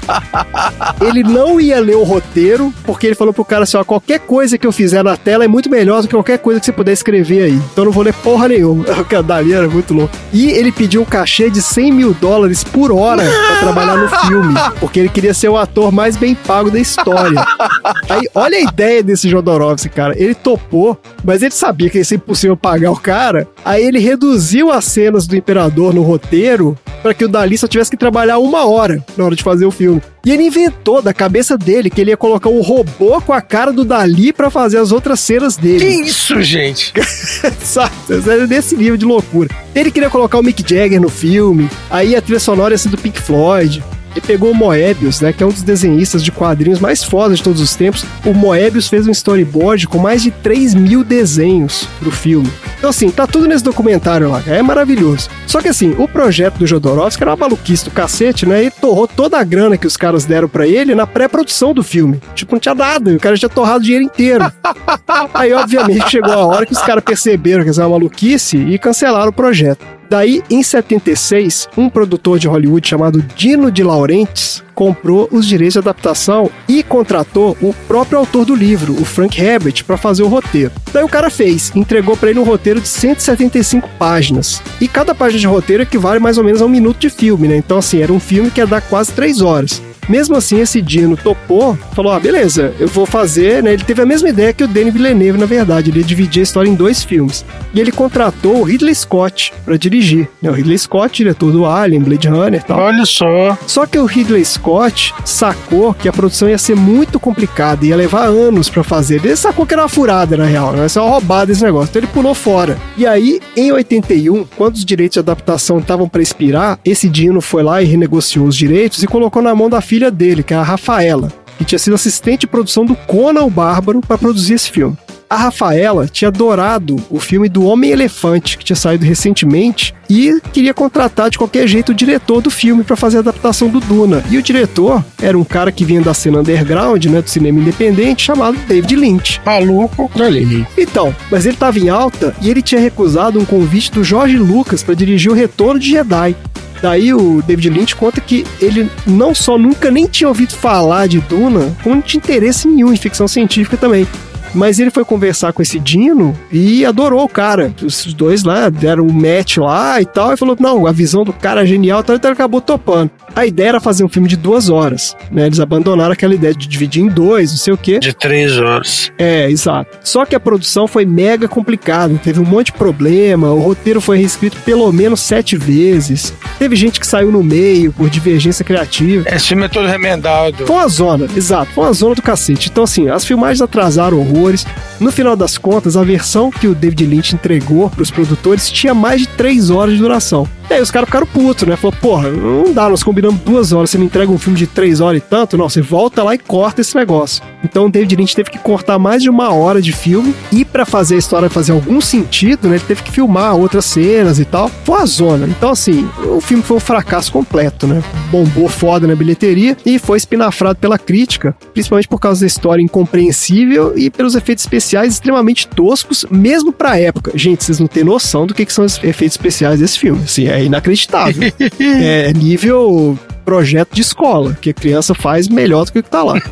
Ele não ia ler o roteiro, porque ele falou pro cara assim, ó, qualquer coisa que eu fizer na tela é muito melhor do que qualquer coisa que você puder escrever aí. Então eu não vou ler porra nenhuma. O Dalí era muito louco. E ele pediu um cachê de cem mil dólares por hora pra trabalhar no filme, porque ele queria ser o ator mais bem pago da história. Aí, olha a ideia desse Jodorowsky, cara. Ele topou, mas ele sabia que ia ser impossível pagar o cara. Aí ele reduziu as cenas do imperador no roteiro para que o Dalí só tivesse que trabalhar uma hora na hora de fazer o filme. E ele inventou da cabeça dele que ele ia colocar um robô com a cara do Dalí pra fazer as outras cenas dele. Que isso, gente? Sabe? É desse nível de loucura. Ele queria colocar o Mick Jagger no filme, aí a trilha sonora ia ser do Pink Floyd. Ele pegou o Moebius, né, que é um dos desenhistas de quadrinhos mais fodas de todos os tempos. O Moebius fez um storyboard com mais de três mil desenhos pro filme. Então assim, tá tudo nesse documentário lá, é maravilhoso. Só que assim, o projeto do Jodorowsky era uma maluquice do cacete, né? Ele torrou toda a grana que os caras deram pra ele na pré-produção do filme. Tipo, não tinha nada, o cara já tinha torrado o dinheiro inteiro. Aí, obviamente, chegou a hora que os caras perceberam que isso era uma maluquice e cancelaram o projeto. Daí, em setenta e seis, um produtor de Hollywood chamado Dino de Laurentiis comprou os direitos de adaptação e contratou o próprio autor do livro, o Frank Herbert, para fazer o roteiro. Daí o cara fez, entregou para ele um roteiro de cento e setenta e cinco páginas. E cada página de roteiro equivale mais ou menos a um minuto de filme, né? Então, assim, era um filme que ia dar quase três horas. Mesmo assim, esse Dino topou, falou, ah, beleza, eu vou fazer, né? Ele teve a mesma ideia que o Denis Villeneuve, na verdade, ele ia dividir a história em dois filmes. E ele contratou o Ridley Scott para dirigir, né? O Ridley Scott, diretor do Alien, Blade Runner e tal. Olha só. Só que o Ridley Scott sacou que a produção ia ser muito complicada, ia levar anos para fazer. Ele sacou que era uma furada, na real, né? Isso é uma roubada esse negócio. Então ele pulou fora. E aí, em oitenta e um, quando os direitos de adaptação estavam para expirar, esse Dino foi lá e renegociou os direitos e colocou na mão da filha dele, que é a Rafaela, que tinha sido assistente de produção do Conan o Bárbaro para produzir esse filme. A Rafaela tinha adorado o filme do Homem-Elefante, que tinha saído recentemente, e queria contratar de qualquer jeito o diretor do filme para fazer a adaptação do Duna. E o diretor era um cara que vinha da cena underground, né, do cinema independente, chamado David Lynch. Maluco. Olha aí. Então, mas ele estava em alta e ele tinha recusado um convite do George Lucas para dirigir o Retorno de Jedi. Daí o David Lynch conta que ele não só nunca nem tinha ouvido falar de Duna, como não tinha interesse nenhum em ficção científica também. Mas ele foi conversar com esse Dino e adorou o cara. Os dois lá deram um match lá e tal. E falou, não, a visão do cara é genial. Então ele acabou topando. A ideia era fazer um filme de duas horas, né? Eles abandonaram aquela ideia de dividir em dois, não sei o quê. De três horas. É, exato. Só que a produção foi mega complicada. Teve um monte de problema. O roteiro foi reescrito pelo menos sete vezes. Teve gente que saiu no meio por divergência criativa. Esse filme é todo remendado. Foi uma zona, exato. Foi uma zona do cacete. Então, assim, as filmagens atrasaram horror. No final das contas, a versão que o David Lynch entregou pros produtores tinha mais de três horas de duração. E aí os caras ficaram putos, né? Falou, porra, não dá, nós combinamos duas horas, você me entrega um filme de três horas e tanto? Não, você volta lá e corta esse negócio. Então o David Lynch teve que cortar mais de uma hora de filme e pra fazer a história fazer algum sentido, né? Ele teve que filmar outras cenas e tal. Foi uma zona. Então assim, o filme foi um fracasso completo, né? Bombou foda na bilheteria e foi espinafrado pela crítica, principalmente por causa da história incompreensível e pelos efeitos especiais extremamente toscos, mesmo pra época. Gente, vocês não têm noção do que, que são os efeitos especiais desse filme. Assim, é inacreditável. É nível projeto de escola, que a criança faz melhor do que o que tá lá.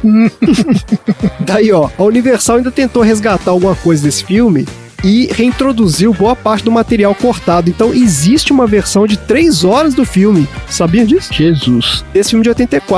Daí, ó, a Universal ainda tentou resgatar alguma coisa desse filme e reintroduziu boa parte do material cortado. Então existe uma versão de três horas do filme. Sabia disso? Jesus. Esse filme de oitenta e quatro.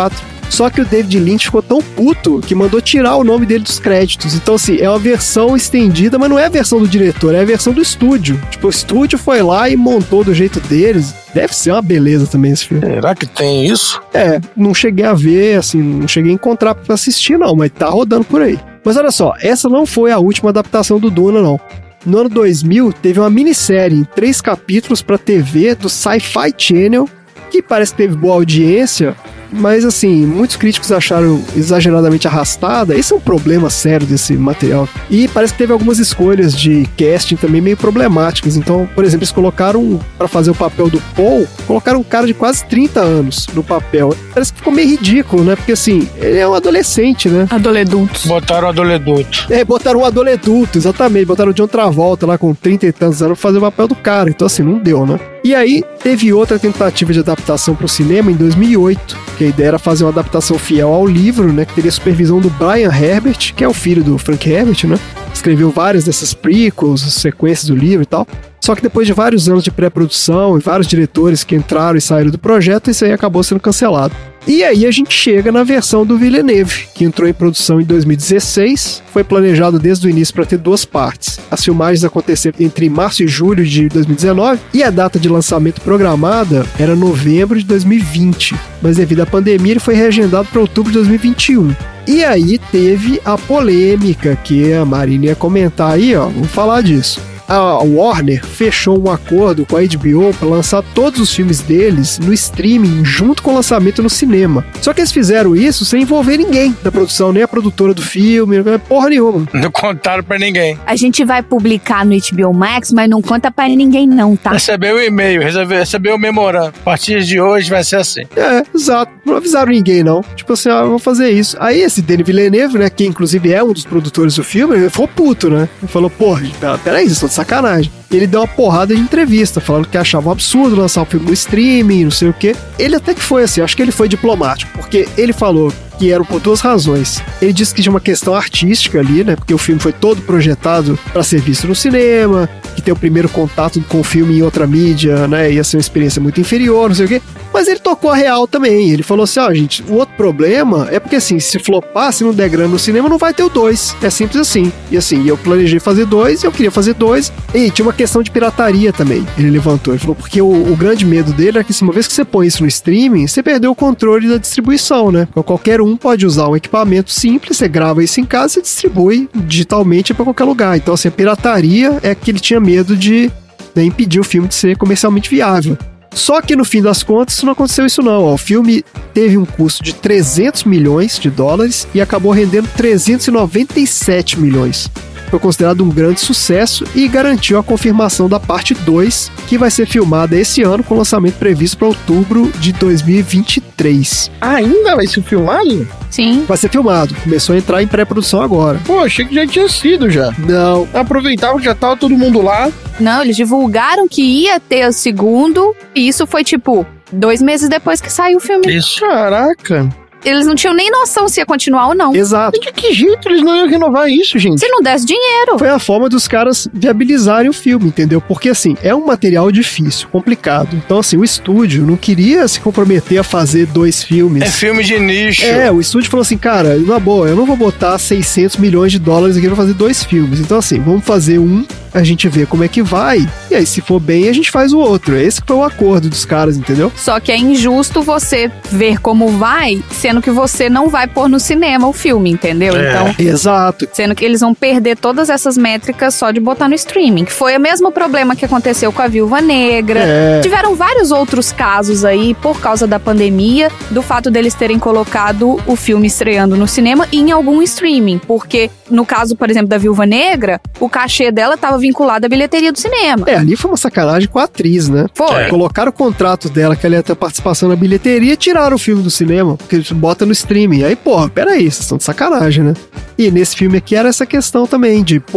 Só que o David Lynch ficou tão puto que mandou tirar o nome dele dos créditos. Então, assim, é uma versão estendida, mas não é a versão do diretor, é a versão do estúdio. Tipo, o estúdio foi lá e montou do jeito deles. Deve ser uma beleza também esse filme. Será que tem isso? É, não cheguei a ver, assim, não cheguei a encontrar pra assistir, não, mas tá rodando por aí. Mas olha só, essa não foi a última adaptação do Duna, não. No ano dois mil, teve uma minissérie em três capítulos pra T V do Sci-Fi Channel, que parece que teve boa audiência, mas assim, muitos críticos acharam exageradamente arrastada. Esse é um problema sério desse material. E parece que teve algumas escolhas de casting também meio problemáticas. Então, por exemplo, eles colocaram, pra fazer o papel do Paul, colocaram um cara de quase trinta anos no papel. Parece que ficou meio ridículo, né? Porque assim, ele é um adolescente, né? Adoledulto. Botaram o adoledulto. É, botaram um adoledulto, exatamente. Botaram o John Travolta lá com trinta e tantos anos pra fazer o papel do cara. Então assim, não deu, né? E aí, teve outra tentativa de adaptação para o cinema em dois mil e oito, que a ideia era fazer uma adaptação fiel ao livro, né, que teria supervisão do Brian Herbert, que é o filho do Frank Herbert, né? Escreveu várias dessas prequels, sequências do livro e tal. Só que depois de vários anos de pré-produção e vários diretores que entraram e saíram do projeto, isso aí acabou sendo cancelado. E aí a gente chega na versão do Villeneuve, que entrou em produção em dois mil e dezesseis, foi planejado desde o início para ter duas partes. As filmagens aconteceram entre março e julho de dois mil e dezenove e a data de lançamento programada era novembro de dois mil e vinte, mas devido à pandemia ele foi reagendado para outubro de dois mil e vinte e um. E aí teve a polêmica que a Marina ia comentar aí, ó, vamos falar disso. A Warner fechou um acordo com a H B O para lançar todos os filmes deles no streaming junto com o lançamento no cinema. Só que eles fizeram isso sem envolver ninguém da produção, nem a produtora do filme, porra nenhuma. Não contaram pra ninguém. A gente vai publicar no H B O Max, mas não conta pra ninguém não, tá? Recebeu o e-mail, recebeu o memorando. A partir de hoje vai ser assim. É, exato. Não avisaram ninguém, não. Tipo assim, ah, vou fazer isso. Aí esse Denis Villeneuve, né, que inclusive é um dos produtores do filme, ele ficou puto, né? Ele falou, porra, peraí, vocês estão de sacanagem. Ele deu uma porrada de entrevista, falando que achava um absurdo lançar o filme no streaming, não sei o quê. Ele até que foi assim, acho que ele foi diplomático, porque ele falou que era por duas razões. Ele disse que tinha uma questão artística ali, né? Porque o filme foi todo projetado para ser visto no cinema, que ter o primeiro contato com o filme em outra mídia, né? Ia ser uma experiência muito inferior, não sei o quê. Mas ele tocou a real também. Ele falou assim, ó, oh, gente, o outro problema é porque assim, se flopar, se não der grana no cinema, não vai ter o dois. É simples assim. E assim, eu planejei fazer dois, eu queria fazer dois. E tinha uma questão de pirataria também. Ele levantou, ele falou, porque o, o grande medo dele é que assim, uma vez que você põe isso no streaming, você perdeu o controle da distribuição, né? Porque qualquer um pode usar um equipamento simples, você grava isso em casa e distribui digitalmente para qualquer lugar. Então, assim, a pirataria é que ele tinha medo de, né, impedir o filme de ser comercialmente viável. Só que no fim das contas não aconteceu isso não. Ó. O filme teve um custo de trezentos milhões de dólares e acabou rendendo trezentos e noventa e sete milhões. Foi considerado um grande sucesso e garantiu a confirmação da parte dois, que vai ser filmada esse ano com lançamento previsto para outubro de dois mil e vinte e três. Ah, ainda vai ser filmado? Sim. Vai ser filmado. Começou a entrar em pré-produção agora. Pô, achei que já tinha sido já. Não. Aproveitava que já tava todo mundo lá. Não, eles divulgaram que ia ter o segundo e isso foi tipo dois meses depois que saiu o filme. Isso. Caraca. Eles não tinham nem noção se ia continuar ou não. Exato. De que jeito eles não iam renovar isso, gente? Se não desse dinheiro. Foi a forma dos caras viabilizarem o filme, entendeu? Porque, assim, é um material difícil, complicado. Então, assim, o estúdio não queria se comprometer a fazer dois filmes. É filme de nicho. É, o estúdio falou assim, cara, na boa, eu não vou botar seiscentos milhões de dólares aqui pra fazer dois filmes. Então, assim, vamos fazer um, a gente vê como é que vai, e aí, se for bem, a gente faz o outro. Esse que foi o acordo dos caras, entendeu? Só que é injusto você ver como vai, sendo que você não vai pôr no cinema o filme, entendeu? É. Então, exato. Sendo que eles vão perder todas essas métricas só de botar no streaming, que foi o mesmo problema que aconteceu com a Viúva Negra. É. Tiveram vários outros casos aí, por causa da pandemia, do fato deles terem colocado o filme estreando no cinema e em algum streaming, porque no caso, por exemplo, da Viúva Negra, o cachê dela estava vinculado à bilheteria do cinema. É, ali foi uma sacanagem com a atriz, né? Foi. É. Colocaram o contrato dela, que ela ia ter participação na bilheteria, e tiraram o filme do cinema, porque eles botam no streaming. Aí, porra, peraí, vocês estão de sacanagem, né? E nesse filme aqui era essa questão também de, porra,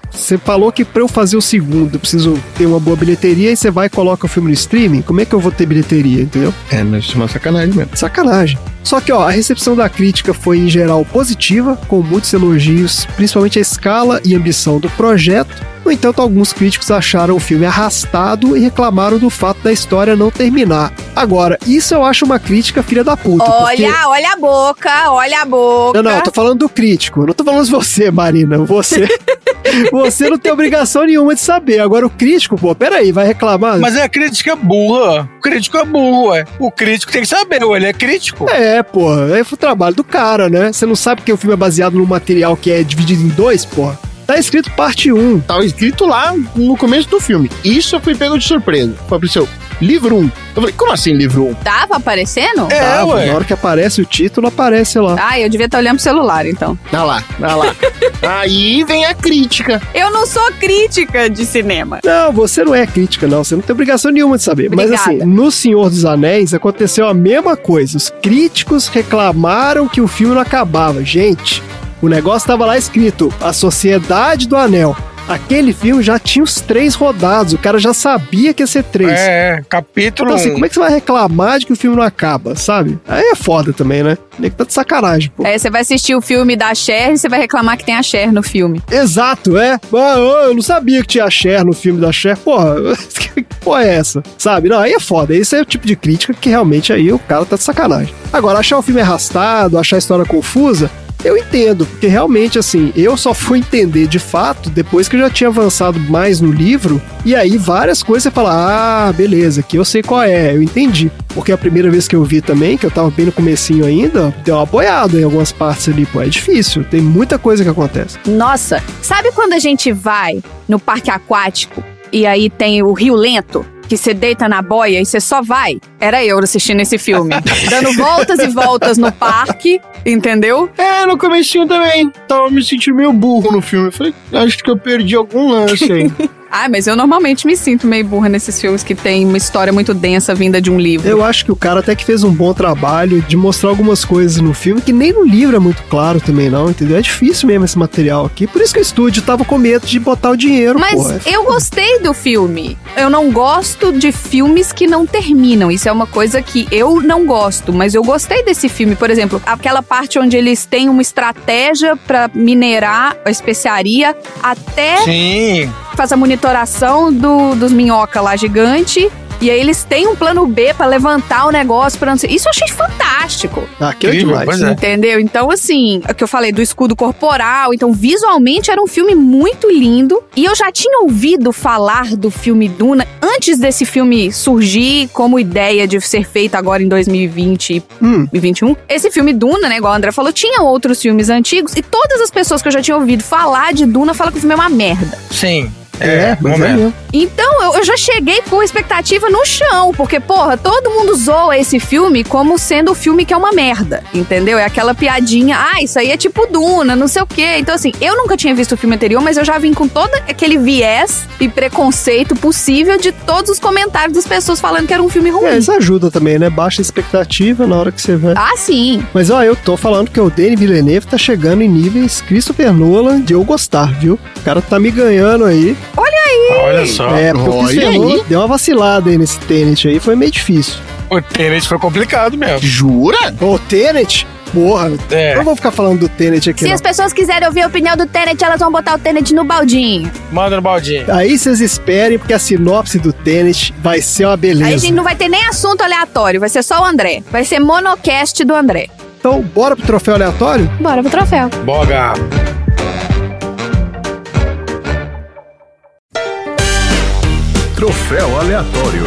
você falou que pra eu fazer o segundo eu preciso ter uma boa bilheteria e você vai e coloca o filme no streaming? Como é que eu vou ter bilheteria, entendeu? É, mas isso é uma sacanagem mesmo. Sacanagem. Só que, ó, a recepção da crítica foi, em geral, positiva, com muitos elogios, principalmente a escala e ambição do projeto. No entanto, alguns críticos acharam o filme arrastado e reclamaram do fato da história não terminar. Agora, isso eu acho uma crítica filha da puta. Olha, porque... olha a boca, olha a boca. Não, não, eu tô falando do crítico, eu não tô falando de você, Marina. Você... Você não tem obrigação nenhuma de saber. Agora o crítico, pô, peraí, vai reclamar? Mas é a crítica burra. O crítico é burro, ué. O crítico tem que saber, ué. Ele é crítico. É, pô, é o trabalho do cara, né? Você não sabe que o filme é baseado num material que é dividido em dois, pô? Tá escrito parte um. Tava escrito lá no começo do filme. Isso eu fui pego de surpresa. Apareceu livro um. Eu falei, como assim livro um? Tava aparecendo? É, Tava, ué. na hora que aparece o título, aparece lá. Ah, eu devia estar olhando pro celular, então. Dá lá, dá lá. Aí vem a crítica. Eu não sou crítica de cinema. Não, você não é crítica, não. Você não tem obrigação nenhuma de saber. Obrigada. Mas assim, no Senhor dos Anéis aconteceu a mesma coisa. Os críticos reclamaram que o filme não acabava. Gente, o negócio tava lá escrito, A Sociedade do Anel. Aquele filme já tinha os três rodados, o cara já sabia que ia ser três. É, é, capítulo Então assim, um. como é que você vai reclamar de que o filme não acaba, sabe? Aí é foda também, né? Nem que tá de sacanagem, pô. É, você vai assistir o filme da Cher e você vai reclamar que tem a Cher no filme. Exato, é. Ah, eu não sabia que tinha a Cher no filme da Cher. Porra, que porra é essa? Sabe? Não, aí é foda. Esse é o tipo de crítica que realmente aí o cara tá de sacanagem. Agora, achar o filme arrastado, achar a história confusa, eu entendo, porque realmente, assim, eu só fui entender de fato depois que eu já tinha avançado mais no livro, e aí várias coisas você fala, ah, beleza, aqui eu sei qual é, eu entendi. Porque a primeira vez que eu vi também, que eu tava bem no comecinho ainda, deu uma boiada em algumas partes ali, pô, é difícil, tem muita coisa que acontece. Nossa, sabe quando a gente vai no parque aquático e aí tem o Rio Lento? Que você deita na boia e você só vai. Era eu assistindo esse filme. Dando voltas e voltas no parque, entendeu? É, no comecinho também. Tava me sentindo meio burro no filme. Eu falei, acho que eu perdi algum lance aí. Ah, mas eu normalmente me sinto meio burra nesses filmes que tem uma história muito densa vinda de um livro. Eu acho que o cara até que fez um bom trabalho de mostrar algumas coisas no filme que nem no livro é muito claro também não, entendeu? É difícil mesmo esse material aqui. Por isso que o estúdio tava com medo de botar o dinheiro, Mas porra. eu gostei do filme. Eu não gosto de filmes que não terminam. Isso é uma coisa que eu não gosto, mas eu gostei desse filme. Por exemplo, aquela parte onde eles têm uma estratégia pra minerar a especiaria até... Sim. Faz a monitoração do, dos minhoca lá gigante. E aí eles têm um plano B pra levantar o negócio. Pra não sei. Isso eu achei fantástico. Ah, aquilo é Incrível, demais. pois é. Entendeu? Então, assim, o que eu falei do escudo corporal. Então, visualmente, era um filme muito lindo. E eu já tinha ouvido falar do filme Duna antes desse filme surgir como ideia de ser feito agora em dois mil e vinte Hum. e vinte e um. Esse filme Duna, né, igual o André falou, tinha outros filmes antigos. E todas as pessoas que eu já tinha ouvido falar de Duna falam que o filme é uma merda. Sim. É, mas é momento. mesmo. Então, eu, eu já cheguei com expectativa no chão, porque, porra, todo mundo zoa esse filme como sendo o filme que é uma merda, entendeu? É aquela piadinha, ah, isso aí é tipo Duna, não sei o quê. Então, assim, eu nunca tinha visto o filme anterior, mas eu já vim com todo aquele viés e preconceito possível de todos os comentários das pessoas falando que era um filme ruim. É, isso ajuda também, né? Baixa a expectativa na hora que você vai. Ah, sim. Mas ó, eu tô falando que o Denis Villeneuve tá chegando em níveis Christopher Nolan de eu gostar, viu? O cara tá me ganhando aí. Olha só. É, porque o olha Christopher aí. Nolan deu uma vacilada aí nesse Tenet aí, foi meio difícil. O Tenet foi complicado mesmo. Jura? Ô, Tenet? Porra, É. não vou ficar falando do Tenet aqui, Se não. as pessoas quiserem ouvir a opinião do Tenet, elas vão botar o Tenet no baldinho. Manda no baldinho. Aí vocês esperem, porque a sinopse do Tenet vai ser uma beleza. Aí a gente não vai ter nem assunto aleatório, vai ser só o André. Vai ser monocast do André. Então, bora pro troféu aleatório? Bora pro troféu. Boga. Troféu aleatório.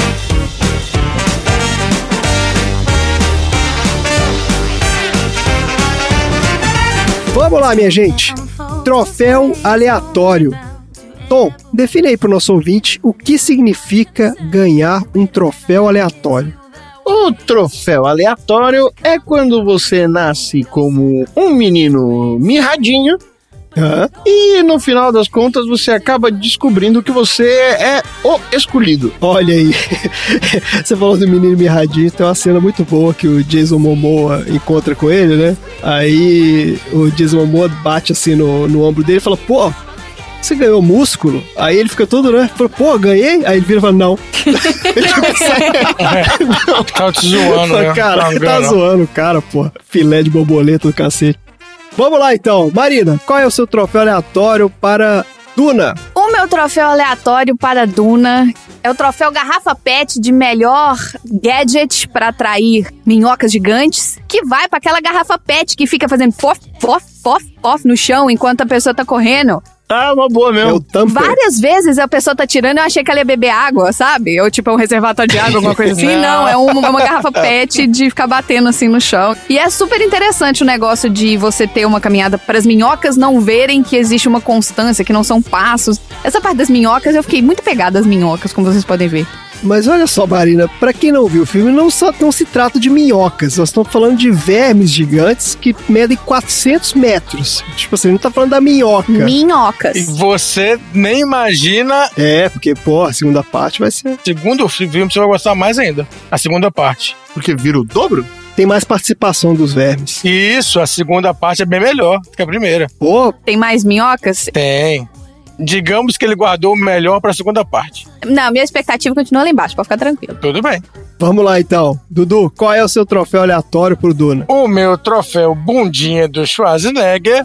Vamos lá, minha gente. Troféu aleatório. Tom, define aí pro nosso ouvinte o que significa ganhar um troféu aleatório. O troféu aleatório é quando você nasce como um menino mirradinho Hã? e no final das contas você acaba descobrindo que você é o escolhido. Olha aí, você falou do menino mirradinho, tem uma cena muito boa que o Jason Momoa encontra com ele, né? Aí o Jason Momoa bate assim no, no ombro dele e fala, pô, você ganhou músculo? Aí ele fica todo, né? Fala, pô, ganhei? Aí ele vira e fala, não. Ele não. Tá te zoando, fala, né? Cara, não, tá não. zoando o cara, pô. Filé de borboleta do cacete. Vamos lá, então. Marina, qual é o seu troféu aleatório para Duna? O meu troféu aleatório para Duna é o troféu Garrafa Pet de melhor gadget para atrair minhocas gigantes, que vai para aquela garrafa Pet que fica fazendo pof, pof, pof, pof no chão enquanto a pessoa tá correndo. Ah, uma boa mesmo. É o tamper. Várias vezes a pessoa tá tirando e eu achei que ela ia beber água, sabe? Ou tipo um reservatório de água, alguma coisa assim. Não. Não, é uma, uma garrafa pet de ficar batendo assim no chão. E é super interessante o negócio de você ter uma caminhada para as minhocas não verem que existe uma constância, que não são passos. Essa parte das minhocas, eu fiquei muito pegada às minhocas, como vocês podem ver. Mas olha só, Marina, pra quem não viu o filme, não, só, não se trata de minhocas. Nós estamos falando de vermes gigantes que medem quatrocentos metros. Tipo assim, não tá falando da minhoca. Minhocas. E você nem imagina. É, porque, pô, a segunda parte vai ser... Segundo filme, você vai gostar mais ainda. A segunda parte. Porque vira o dobro? Tem mais participação dos vermes. E isso, a segunda parte é bem melhor que a primeira. Pô, Tem mais minhocas? Tem. Digamos que ele guardou o melhor pra segunda parte. Não, minha expectativa continua lá embaixo, pode ficar tranquilo. Tudo bem. vamos lá então. Dudu, qual é o seu troféu aleatório pro Duna? O meu troféu bundinha do Schwarzenegger,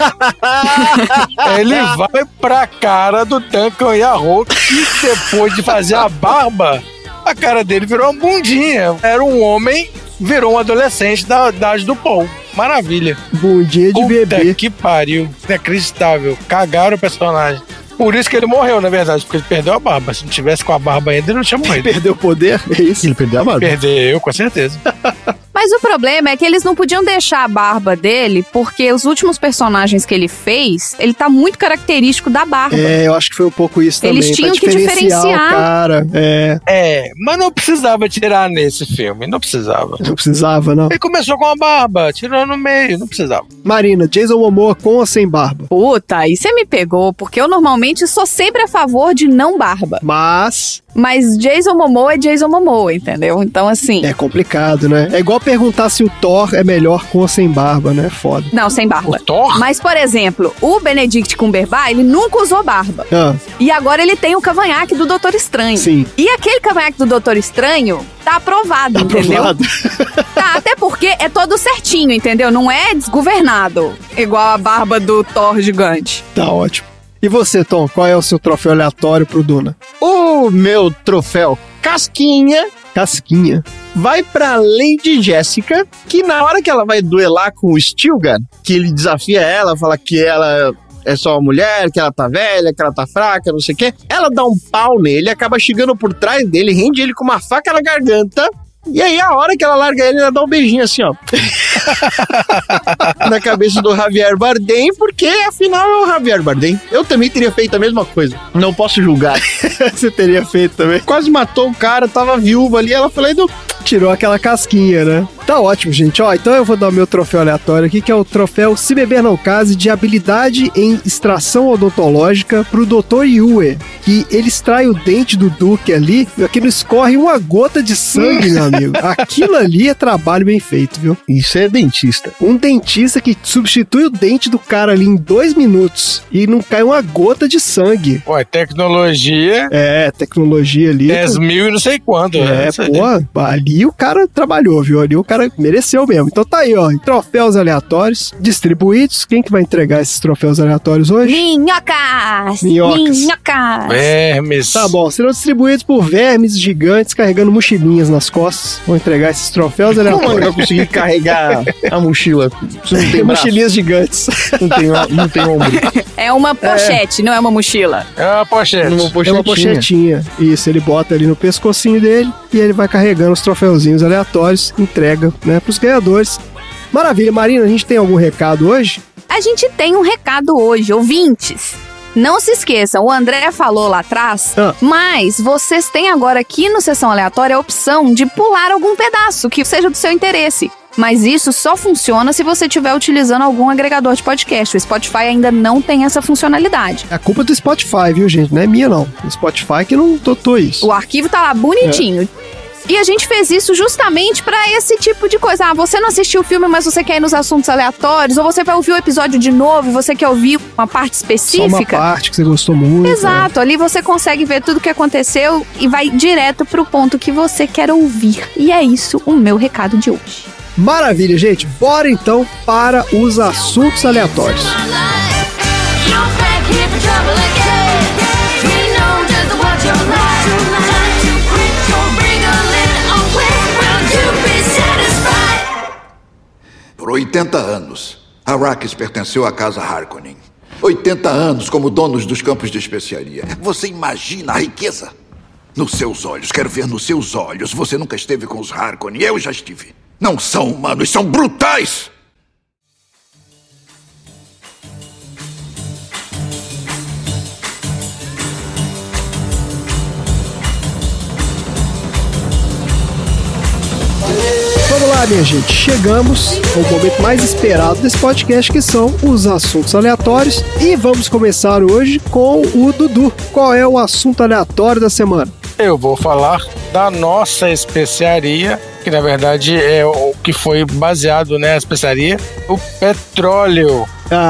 ele vai pra cara do Duncan Idaho, que depois de fazer a barba, a cara dele virou uma bundinha. Era um homem, virou um adolescente da idade do Paul. Maravilha. Bundinha de Puta bebê. que pariu. Inacreditável. Cagaram o personagem. Por isso que ele morreu, na verdade, porque ele perdeu a barba. Se não tivesse com a barba ainda, ele não tinha morrido. Perdeu o poder? É isso? Ele perdeu a barba. Perdeu, com certeza. Mas o problema é que eles não podiam deixar a barba dele, porque os últimos personagens que ele fez, ele tá muito característico da barba. É, eu acho que foi um pouco isso também. Eles tinham pra que diferenciar diferenciar. o cara. É, É, mas não precisava tirar nesse filme, não precisava. não precisava, não. Ele começou com a barba, tirou no meio, não precisava. Marina, Jason Momoa com ou sem barba? Puta, aí você me pegou, porque eu normalmente sou sempre a favor de não barba. Mas Mas Jason Momoa é Jason Momoa, entendeu? Então, assim... é complicado, né? É igual perguntar se o Thor é melhor com ou sem barba, né? Foda. Não, sem barba. O Thor? Mas, por exemplo, o Benedict Cumberbatch, ele nunca usou barba. Ah, E agora ele tem o cavanhaque do Doutor Estranho. sim. E aquele cavanhaque do Doutor Estranho tá aprovado, entendeu? Aprovado. Tá, até porque é todo certinho, entendeu? Não é desgovernado, igual a barba do Thor gigante. Tá ótimo. E você, Tom, qual é o seu troféu aleatório pro Duna? O meu troféu Casquinha Casquinha. vai pra Lady Jessica, que na hora que ela vai duelar com o Stilgar, que ele desafia ela, fala que ela é só uma mulher, que ela tá velha, que ela tá fraca, não sei o quê, ela dá um pau nele, acaba chegando por trás dele, rende ele com uma faca na garganta, e aí a hora que ela larga ele, ela dá um beijinho assim, ó. na cabeça do Javier Bardem, porque afinal é o Javier Bardem. Eu também teria feito a mesma coisa. Não posso julgar. Você teria feito também? Quase matou o cara, tava viúva ali, ela falou, do... Tirou aquela casquinha, né? Tá ótimo, gente. Ó, então eu vou dar o meu troféu aleatório aqui, que é o troféu Se Beber Não Case de habilidade em extração odontológica pro doutor Yue, que ele extrai o dente do Duque ali, aqui não escorre uma gota de sangue, meu amigo. Aquilo ali é trabalho bem feito, viu? Isso é dentista. Um dentista que substitui o dente do cara ali em dois minutos e não cai uma gota de sangue. Pô, é tecnologia, É, tecnologia ali. dez mil e não sei quanto. É, isso aí. pô, ali o cara trabalhou, viu? Ali o cara mereceu mesmo. Então tá aí, ó, em troféus aleatórios distribuídos. Quem que vai entregar esses troféus aleatórios hoje? Minhocas! Minhocas. Minhocas! Vermes. Tá bom, serão distribuídos por vermes gigantes carregando mochilinhas nas costas. Vão entregar esses troféus Como aleatórios. eu conseguir carregar a mochila? Você não tem braço, Mochilinhas gigantes. não tem, não tem ombro. É uma pochete, não é uma mochila. É uma pochete. Numa É uma pochetinha. pochetinha. Isso, ele bota ali no pescocinho dele e ele vai carregando os troféuzinhos aleatórios, entrega, né, pros ganhadores. Maravilha, Marina, a gente tem algum recado hoje? A gente tem um recado hoje, ouvintes. Não se esqueçam, o André falou lá atrás, Ah. mas vocês têm agora aqui no Sessão Aleatória a opção de pular algum pedaço que seja do seu interesse. Mas isso só funciona se você estiver utilizando algum agregador de podcast. O Spotify ainda não tem essa funcionalidade. É a culpa do Spotify, viu, gente? Não é minha, não. O Spotify que não dotou isso. O arquivo tá lá bonitinho. E a gente fez isso justamente pra esse tipo de coisa. Ah, você não assistiu o filme, mas você quer ir nos assuntos aleatórios, ou você vai ouvir o episódio de novo e você quer ouvir uma parte específica. Só uma parte que você gostou muito. Exato, é. Ali você consegue ver tudo o que aconteceu e vai direto pro ponto que você quer ouvir. E é isso o meu recado de hoje. Maravilha, gente. Bora então para os assuntos aleatórios. Por oitenta anos, Arrakis pertenceu à casa Harkonnen. oitenta anos como donos dos campos de especiaria. Você imagina a riqueza? Nos seus olhos, quero ver nos seus olhos. Você nunca esteve com os Harkonnen, eu já estive. Não são humanos, são brutais! Vamos lá, minha gente. Chegamos ao momento mais esperado desse podcast, que são os assuntos aleatórios. E vamos começar hoje com o Dudu. Qual é o assunto aleatório da semana? Eu vou falar da nossa especiaria, que na verdade é o que foi baseado na especiaria, o petróleo.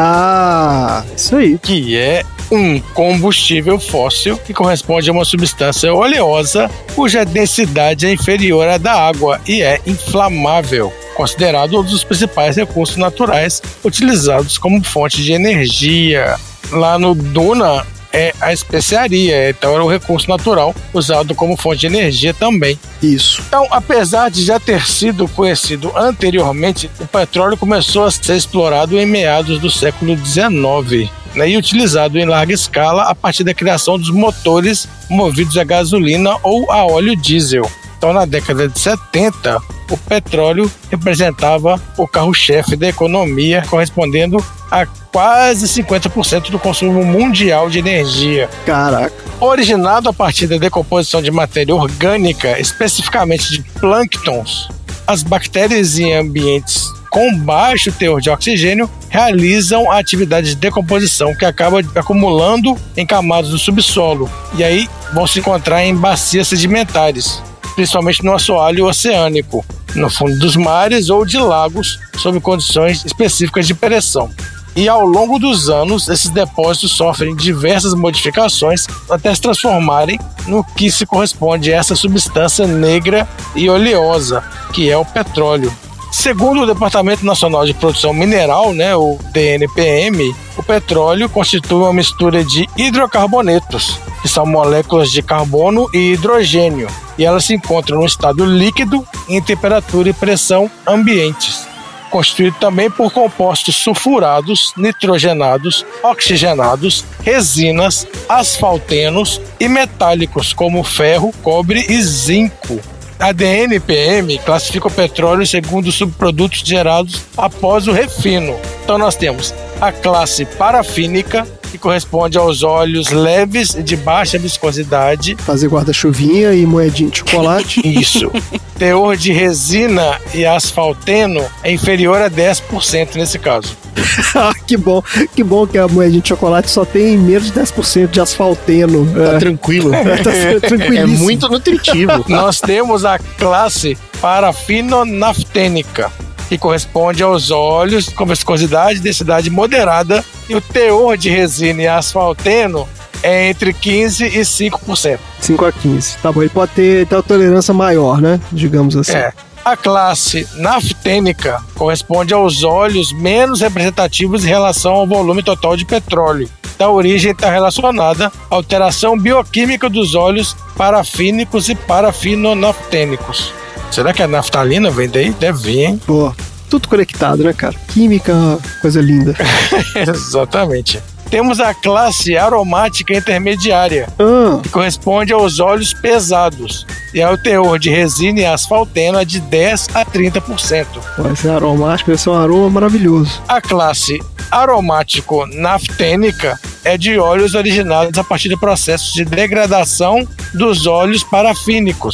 Ah, isso aí. Que é um combustível fóssil que corresponde a uma substância oleosa cuja densidade é inferior à da água e é inflamável, considerado um dos principais recursos naturais utilizados como fonte de energia. Lá no Duna é a especiaria, então era o recurso natural usado como fonte de energia também. Isso. Então, apesar de já ter sido conhecido anteriormente, o petróleo começou a ser explorado em meados do século dezenove, né, e utilizado em larga escala a partir da criação dos motores movidos a gasolina ou a óleo diesel. Então, na década de setenta, o petróleo representava o carro-chefe da economia, correspondendo a quase cinquenta por cento do consumo mundial de energia. Caraca. Originado a partir da decomposição de matéria orgânica, especificamente de plânctons, as bactérias em ambientes com baixo teor de oxigênio realizam a atividade de decomposição, que acaba acumulando em camadas do subsolo, e aí vão se encontrar em bacias sedimentares, principalmente no assoalho oceânico, no fundo dos mares ou de lagos, sob condições específicas de pressão. E ao longo dos anos, esses depósitos sofrem diversas modificações até se transformarem no que se corresponde a essa substância negra e oleosa, que é o petróleo. Segundo o Departamento Nacional de Produção Mineral, né, o D N P M, o petróleo constitui uma mistura de hidrocarbonetos, que são moléculas de carbono e hidrogênio, e elas se encontram no estado líquido em temperatura e pressão ambientes. Constituído também por compostos sulfurados, nitrogenados, oxigenados, resinas, asfaltenos e metálicos como ferro, cobre e zinco. A D N P M classifica o petróleo segundo os subprodutos gerados após o refino. Então nós temos a classe parafínica, que corresponde aos óleos leves e de baixa viscosidade. Fazer guarda-chuvinha e moedinha de chocolate. Isso. Teor de resina e asfalteno é inferior a dez por cento nesse caso. Que bom, que bom que a moedinha de chocolate só tem menos de dez por cento de asfalteno. Tá é. tranquilo. É, tá tranquilíssimo. É muito nutritivo. Nós temos a classe parafinonaftênica, que corresponde aos óleos com viscosidade e densidade moderada, e o teor de resina e asfalteno é entre quinze e cinco por cento. cinco a quinze. Tá bom, ele pode ter, ter uma tolerância maior, né? Digamos assim. É. A classe naftênica corresponde aos óleos menos representativos em relação ao volume total de petróleo. Da origem está relacionada à alteração bioquímica dos óleos parafínicos e parafinonaftênicos. Será que a naftalina vem daí? Deve vir, hein? Pô, tudo conectado, né, cara? Química, coisa linda. Exatamente. Temos a classe aromática intermediária, ah. que corresponde aos óleos pesados. E aí o teor de resina e asfalteno é de dez a trinta por cento. Pô, esse aromático, esse é um aroma maravilhoso. A classe aromático-naftênica é de óleos originados a partir de processos de degradação dos óleos parafínicos.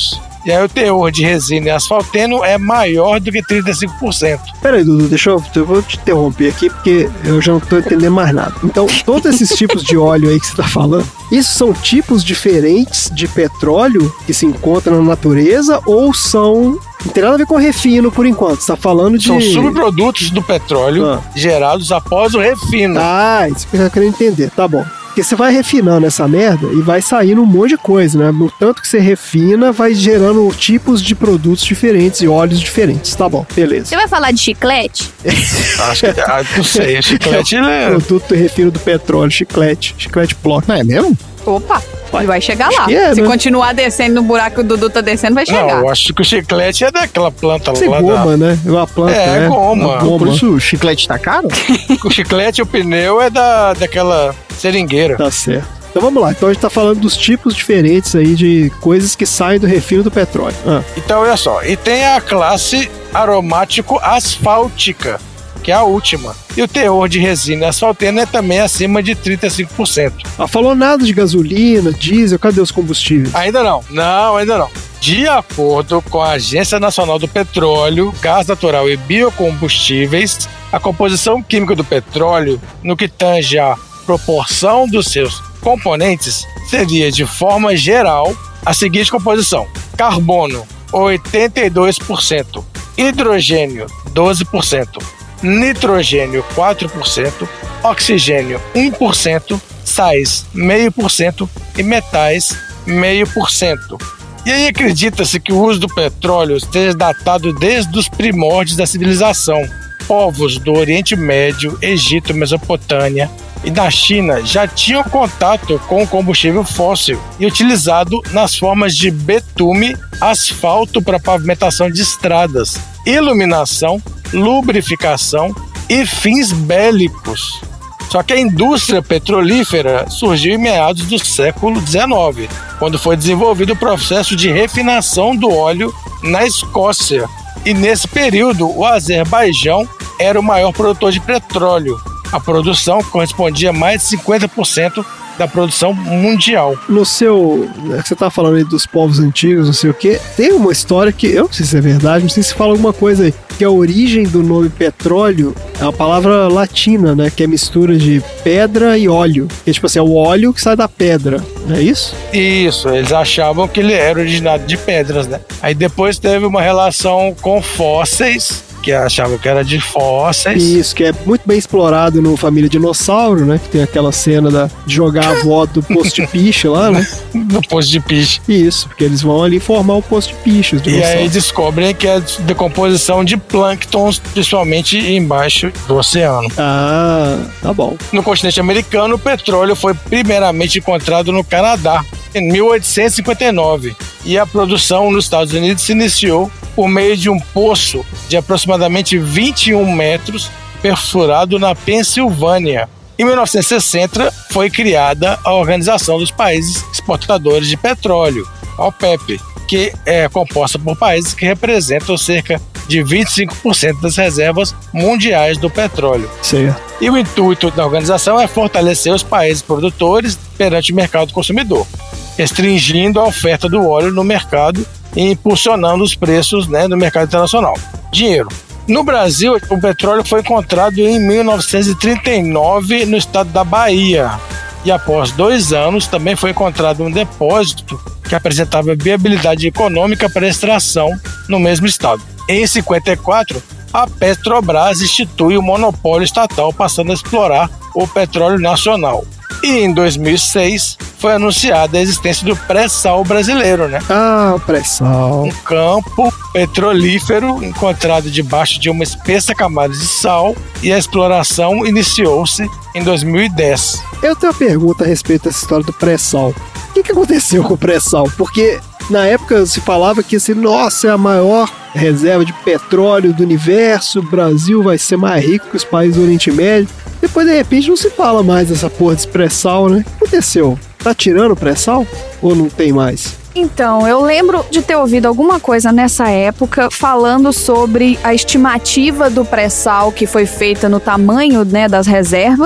E aí o teor de resina e asfalteno é maior do que trinta e cinco por cento. Peraí, Dudu, deixa eu, eu vou te interromper aqui, porque eu já não tô entendendo mais nada. Então, todos esses tipos de óleo aí que você tá falando, isso são tipos diferentes de petróleo que se encontram na natureza ou são... Não tem nada a ver com refino por enquanto, você tá falando de... São subprodutos do petróleo ah. gerados após o refino. Ah, isso que eu quero entender, tá bom. Porque você vai refinando essa merda e vai saindo um monte de coisa, né? No tanto que você refina, vai gerando tipos de produtos diferentes e óleos diferentes. Tá bom, beleza. Você vai falar de chiclete? Acho que, ah, não sei, chiclete é... Produto de refino do petróleo, chiclete, chiclete bloco. Não é mesmo? Opa, vai, vai chegar lá. É, Se né? continuar descendo no buraco que o Dudu tá descendo, vai chegar. Não, eu acho que o chiclete é daquela planta Isso lá. é goma, da... né? É uma planta, É, né? goma. Goma. Por isso o chiclete tá caro? O chiclete e o pneu é da, daquela seringueira. Tá certo. Então vamos lá. Então a gente tá falando dos tipos diferentes aí de coisas que saem do refino do petróleo. Ah. Então, olha só. E tem a classe aromático asfáltica, que é a última. E o teor de resina e asfalteno é também acima de trinta e cinco por cento. Ah, falou nada de gasolina, diesel, cadê os combustíveis? Ainda não. Não, ainda não. De acordo com a Agência Nacional do Petróleo, Gás Natural e Biocombustíveis, a composição química do petróleo, no que tange a proporção dos seus componentes, seria, de forma geral, a seguinte composição: carbono, oitenta e dois por cento, hidrogênio, doze por cento, nitrogênio, quatro por cento, oxigênio, um por cento, sais, zero vírgula cinco por cento e metais, zero vírgula cinco por cento. E aí acredita-se que o uso do petróleo esteja datado desde os primórdios da civilização. Povos do Oriente Médio, Egito, Mesopotâmia e da China já tinham contato com o combustível fóssil e utilizado nas formas de betume, asfalto para pavimentação de estradas, iluminação, lubrificação e fins bélicos. Só que a indústria petrolífera surgiu em meados do século dezenove, quando foi desenvolvido o processo de refinação do óleo na Escócia. E nesse período, o Azerbaijão era o maior produtor de petróleo. A produção correspondia a mais de cinquenta por cento da produção mundial. No seu... Você tá falando aí dos povos antigos, não sei o quê. Tem uma história que, eu não sei se é verdade, não sei se fala alguma coisa aí, que a origem do nome petróleo é uma palavra latina, né? Que é mistura de pedra e óleo. Que é tipo assim, é o óleo que sai da pedra, não é isso? Isso, eles achavam que ele era originado de pedras, né? Aí depois teve uma relação com fósseis, que achavam que era de fósseis. Isso, que é muito bem explorado no Família Dinossauro, né? Que tem aquela cena da, de jogar a avó do posto de piche lá, né? Do posto de piche. Isso, porque eles vão ali formar o posto de piche. Os e aí descobrem que é decomposição de plânctons, principalmente embaixo do oceano. Ah, tá bom. No continente americano, o petróleo foi primeiramente encontrado no Canadá, em mil oitocentos e cinquenta e nove. E a produção nos Estados Unidos se iniciou por meio de um poço de aproximadamente vinte e um metros perfurado na Pensilvânia. Em mil novecentos e sessenta foi criada a Organização dos Países Exportadores de Petróleo, a OPEP, que é composta por países que representam cerca de vinte e cinco por cento das reservas mundiais do petróleo. Certo. E o intuito da organização é fortalecer os países produtores perante o mercado consumidor, restringindo a oferta do óleo no mercado e impulsionando os preços, né, no mercado internacional. Dinheiro. No Brasil, o petróleo foi encontrado em mil novecentos e trinta e nove no estado da Bahia. E após dois anos, também foi encontrado um depósito que apresentava viabilidade econômica para extração no mesmo estado. Em cinquenta e quatro, a Petrobras institui o monopólio estatal, passando a explorar o petróleo nacional. E em dois mil e seis foi anunciada a existência do pré-sal brasileiro, né? Ah, o pré-sal. Um campo petrolífero encontrado debaixo de uma espessa camada de sal, e a exploração iniciou-se em dois mil e dez. Eu tenho uma pergunta a respeito dessa história do pré-sal. O que, que aconteceu com o pré-sal? Porque na época se falava que assim, nossa, é a maior reserva de petróleo do universo, o Brasil vai ser mais rico que os países do Oriente Médio. Depois, de repente, não se fala mais dessa porra desse pré-sal, né? O que aconteceu? Tá tirando o pré-sal? Ou não tem mais? Então, eu lembro de ter ouvido alguma coisa nessa época falando sobre a estimativa do pré-sal que foi feita no tamanho, né, das reservas,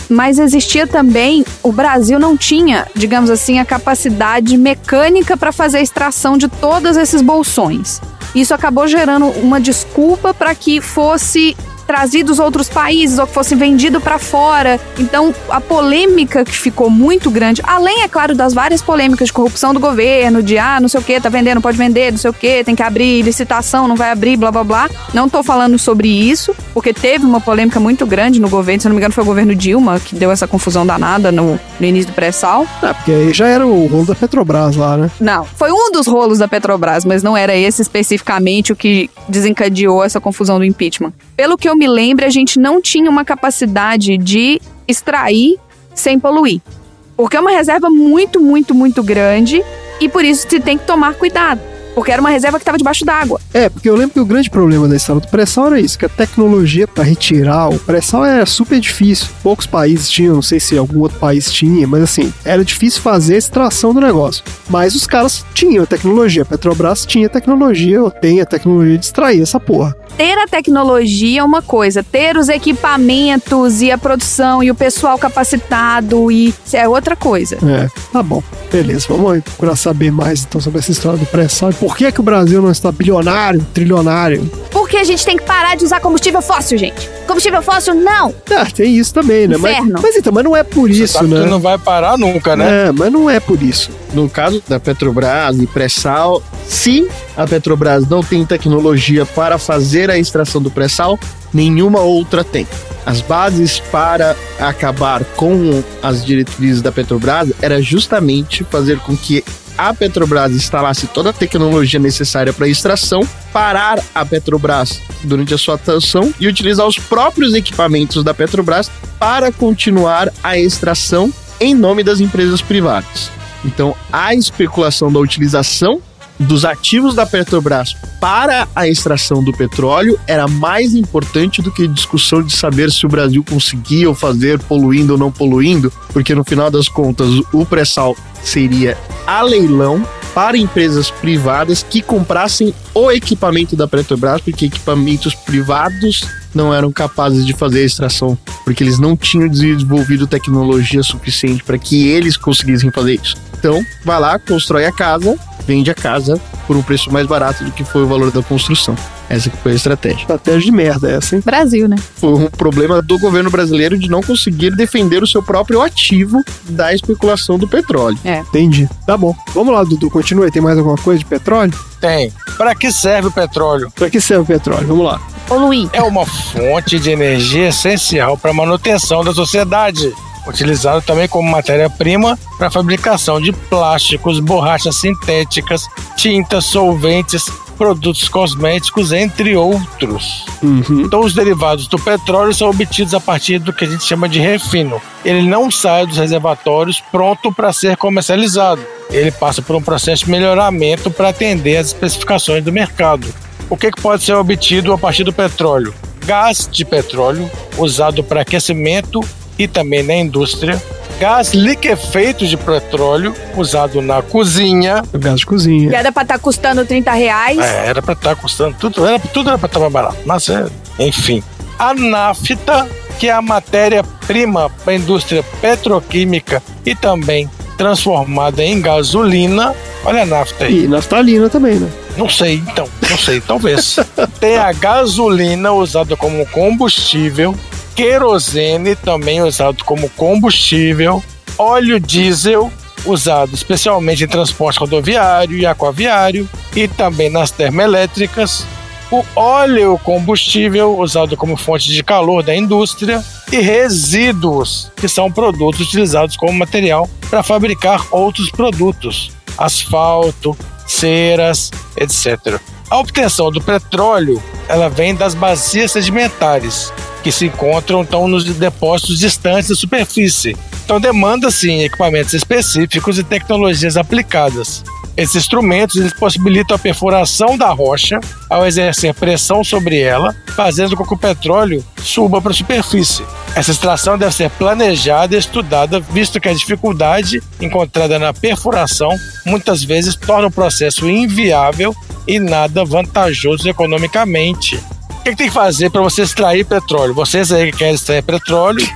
mas existia também, o Brasil não tinha, digamos assim, a capacidade mecânica para fazer a extração de todos esses bolsões. Isso acabou gerando uma desculpa para que fosse trazido dos outros países ou que fosse vendido para fora. Então, a polêmica que ficou muito grande, além, é claro, das várias polêmicas de corrupção do governo, de ah, não sei o que, tá vendendo, pode vender, não sei o que, tem que abrir licitação, não vai abrir, blá, blá, blá. Não tô falando sobre isso, porque teve uma polêmica muito grande no governo, se não me engano foi o governo Dilma que deu essa confusão danada no, no início do pré-sal. É, porque aí já era o rolo da Petrobras lá, né? Não, foi um dos rolos da Petrobras, mas não era esse especificamente o que desencadeou essa confusão do impeachment. Pelo que eu me lembro, a gente não tinha uma capacidade de extrair sem poluir. Porque é uma reserva muito, muito, muito grande e por isso se tem que tomar cuidado. Porque era uma reserva que estava debaixo d'água. É, porque eu lembro que o grande problema da estrada do pré-sal era isso, que a tecnologia para retirar o pré-sal era super difícil. Poucos países tinham, não sei se algum outro país tinha, mas assim, era difícil fazer a extração do negócio. Mas os caras tinham a tecnologia, a Petrobras tinha a tecnologia, ou tem a tecnologia de extrair essa porra. Ter a tecnologia é uma coisa, ter os equipamentos e a produção e o pessoal capacitado e é outra coisa. É, tá bom. Beleza, vamos procurar saber mais então sobre essa história do pré-sal. Por que que o Brasil não está bilionário, trilionário? Porque a gente tem que parar de usar combustível fóssil, gente. Combustível fóssil, não! Ah, tem isso também, né? Mas, mas então, mas não é por Você isso, sabe né? que não vai parar nunca, né? É, mas não é por isso. No caso da Petrobras e pré-sal, se a Petrobras não tem tecnologia para fazer a extração do pré-sal, nenhuma outra tem. As bases para acabar com as diretrizes da Petrobras era justamente fazer com que a Petrobras instalasse toda a tecnologia necessária para a extração, parar a Petrobras durante a sua atuação e utilizar os próprios equipamentos da Petrobras para continuar a extração em nome das empresas privadas. Então, a especulação da utilização dos ativos da Petrobras para a extração do petróleo era mais importante do que a discussão de saber se o Brasil conseguia fazer poluindo ou não poluindo, porque no final das contas o pré-sal seria a leilão para empresas privadas que comprassem o equipamento da Petrobras, porque equipamentos privados não eram capazes de fazer a extração, porque eles não tinham desenvolvido tecnologia suficiente para que eles conseguissem fazer isso. Então, vai lá, constrói a casa, vende a casa por um preço mais barato do que foi o valor da construção. Essa que foi a estratégia. Estratégia de merda essa, hein? Brasil, né? Foi um problema do governo brasileiro de não conseguir defender o seu próprio ativo da especulação do petróleo. É. Entendi. Tá bom. Vamos lá, Dudu, continua aí. Tem mais alguma coisa de petróleo? Tem. Para que serve o petróleo? Para que serve o petróleo? Vamos lá. Poluir. É uma fonte de energia essencial para a manutenção da sociedade. Utilizado também como matéria-prima para a fabricação de plásticos, borrachas sintéticas, tintas, solventes, produtos cosméticos, entre outros. Uhum. Então, os derivados do petróleo são obtidos a partir do que a gente chama de refino. Ele não sai dos reservatórios pronto para ser comercializado. Ele passa por um processo de melhoramento para atender às especificações do mercado. O que, que pode ser obtido a partir do petróleo? Gás de petróleo, usado para aquecimento e também na indústria. Gás liquefeito de petróleo, usado na cozinha. Gás de cozinha. Que era pra estar tá custando trinta reais. É, era pra estar tá custando tudo, era, tudo era pra estar tá mais barato. Mas, é, enfim. A nafta, que é a matéria-prima para a indústria petroquímica e também transformada em gasolina. Olha a nafta aí. E naftalina também, né? Não sei, então. Não sei, talvez. Tem a gasolina usada como combustível. Querosene, também usado como combustível, óleo diesel, usado especialmente em transporte rodoviário e aquaviário, e também nas termoelétricas, o óleo combustível, usado como fonte de calor da indústria, e resíduos, que são produtos utilizados como material para fabricar outros produtos, asfalto, ceras, etcétera. A obtenção do petróleo, ela vem das bacias sedimentares, que se encontram então nos depósitos distantes da superfície. Então demanda sim equipamentos específicos e tecnologias aplicadas. Esses instrumentos eles possibilitam a perfuração da rocha ao exercer pressão sobre ela, fazendo com que o petróleo suba para a superfície. Essa extração deve ser planejada e estudada, visto que a dificuldade encontrada na perfuração muitas vezes torna o processo inviável e nada vantajoso economicamente. O que, que tem que fazer para você extrair petróleo? Vocês aí que querem extrair petróleo,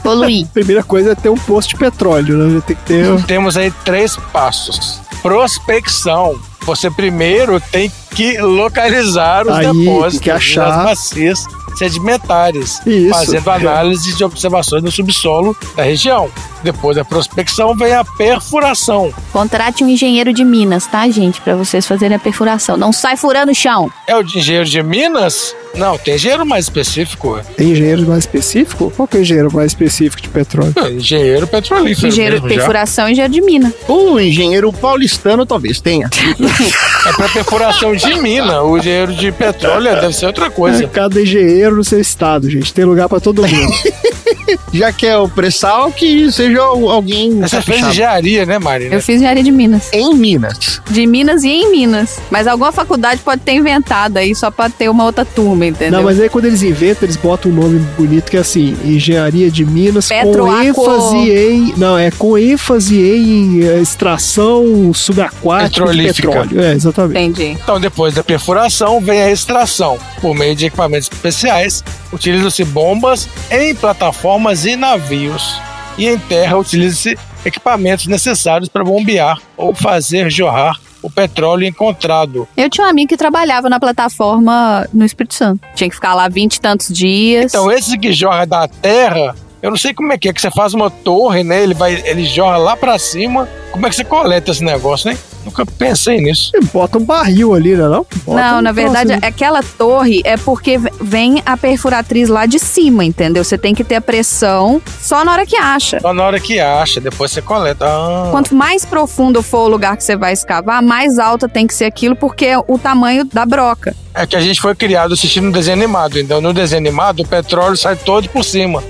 poluir. Primeira coisa é ter um posto de petróleo, né? Tem que ter... Temos aí três passos. Prospecção. Você primeiro tem que localizar os Aí, depósitos tem que achar. das bacias sedimentares, Isso. fazendo análise de observações do subsolo da região. Depois da prospecção vem a perfuração. Contrate um engenheiro de Minas, tá, gente? Pra vocês fazerem a perfuração. Não sai furando o chão. É o de engenheiro de Minas? Não, tem engenheiro mais específico. Tem engenheiro mais específico? Qual que é o engenheiro mais específico de petróleo? É, engenheiro petrolífero. Engenheiro de mesmo, perfuração e engenheiro de mina. O engenheiro paulistano talvez tenha. É pra perfuração de mina. O engenheiro de petróleo deve ser outra coisa. É, cada engenheiro no seu estado, gente. Tem lugar pra todo mundo. Já que é o pré-sal, que seja alguém... Você fez engenharia, né, Marina? Eu fiz engenharia de Minas. Em Minas. De Minas e em Minas. Mas alguma faculdade pode ter inventado aí só pra ter uma outra turma, entendeu? Não, mas aí quando eles inventam, eles botam um nome bonito que é assim, Engenharia de Minas Petro com Aqua. ênfase em... Não, é com ênfase em eh, extração subaquática de Petrolífica. petróleo. É, exatamente. Entendi. Então, depois da perfuração, vem a extração. Por meio de equipamentos especiais, utilizam-se bombas em plataformas e navios. E em terra, utilizam-se equipamentos necessários para bombear ou fazer jorrar o petróleo encontrado. Eu tinha um amigo que trabalhava na plataforma no Espírito Santo. Tinha que ficar lá vinte e tantos dias. Então, esse que jorra da terra, eu não sei como é que é, que você faz uma torre, né? Ele, vai, ele jorra lá pra cima. Como é que você coleta esse negócio, né? Nunca pensei nisso. E bota um barril ali, né? Não, bota Não, um na verdade, troço ali. aquela torre é porque vem a perfuratriz lá de cima, entendeu? Você tem que ter a pressão só na hora que acha. Só na hora que acha, depois você coleta. Ah. Quanto mais profundo for o lugar que você vai escavar, mais alta tem que ser aquilo, porque é o tamanho da broca. É que a gente foi criado assistindo um desenho animado. Então, no desenho animado, o petróleo sai todo por cima.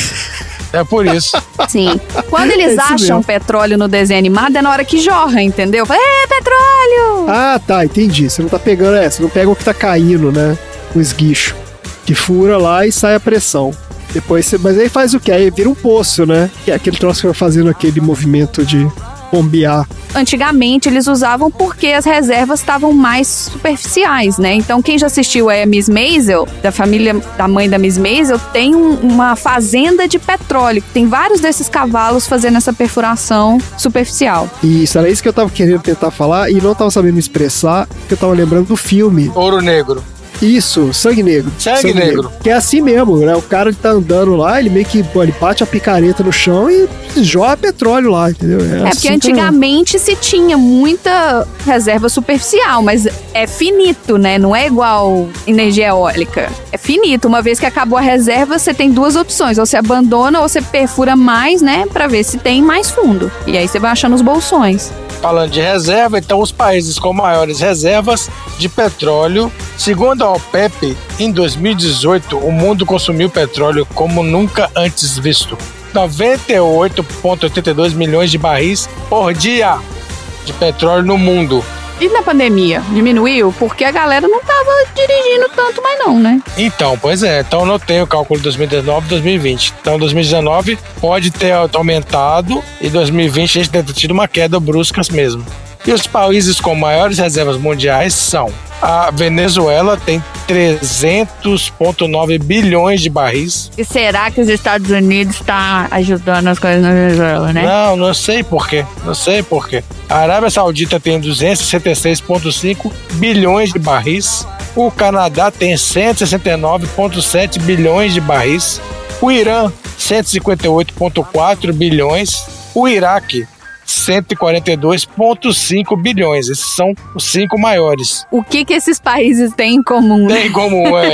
É por isso. Sim. Quando eles É isso acham mesmo. petróleo no desenho animado, é na hora que jorra, entendeu? Fala, é, petróleo! Ah, tá, entendi. Você não tá pegando, é, você não pega o que tá caindo, né? O esguicho. Que fura lá e sai a pressão. Depois você, mas aí faz o quê? Aí vira um poço, né? Que é aquele troço que vai fazendo aquele movimento de bombear. Antigamente eles usavam porque as reservas estavam mais superficiais, né? Então quem já assistiu a Miss Maisel, da família da mãe da Miss Maisel, tem um- uma fazenda de petróleo, que tem vários desses cavalos fazendo essa perfuração superficial. Isso, era isso que eu tava querendo tentar falar e não tava sabendo me expressar, porque eu tava lembrando do filme. Ouro Negro. Isso, Sangue Negro. Sangue Negro. Que é assim mesmo, né? O cara tá andando lá, ele meio que pô, ele bate a picareta no chão e joga petróleo lá, entendeu? É, assim porque que- antigamente se tinha muita reserva superficial, mas é finito, né? Não é igual energia eólica. É finito. Uma vez que acabou a reserva, você tem duas opções. Ou você abandona ou você perfura mais, né? Pra ver se tem mais fundo. E aí você vai achando os bolsões. Falando de reserva, então os países com maiores reservas de petróleo, segundo a OPEP, em dois mil e dezoito, o mundo consumiu petróleo como nunca antes visto. noventa e oito vírgula oitenta e dois milhões de barris por dia de petróleo no mundo. E na pandemia? Diminuiu? Porque a galera não tava dirigindo tanto mais não, né? Então, pois é, então não tem o cálculo de dois mil e dezenove e dois mil e vinte. Então dois mil e dezenove pode ter aumentado e dois mil e vinte a gente deve ter tido uma queda brusca mesmo. E os países com maiores reservas mundiais são: a Venezuela tem trezentos vírgula nove bilhões de barris. E será que os Estados Unidos tá ajudando as coisas na Venezuela, né? Não, não sei porquê, não sei porquê. A Arábia Saudita tem duzentos e sessenta e seis vírgula cinco bilhões de barris. O Canadá tem cento e sessenta e nove vírgula sete bilhões de barris. O Irã, cento e cinquenta e oito vírgula quatro bilhões. O Iraque, cento e quarenta e dois vírgula cinco bilhões. Esses são os cinco maiores. O que que esses países têm em comum, né? Tem em comum, é.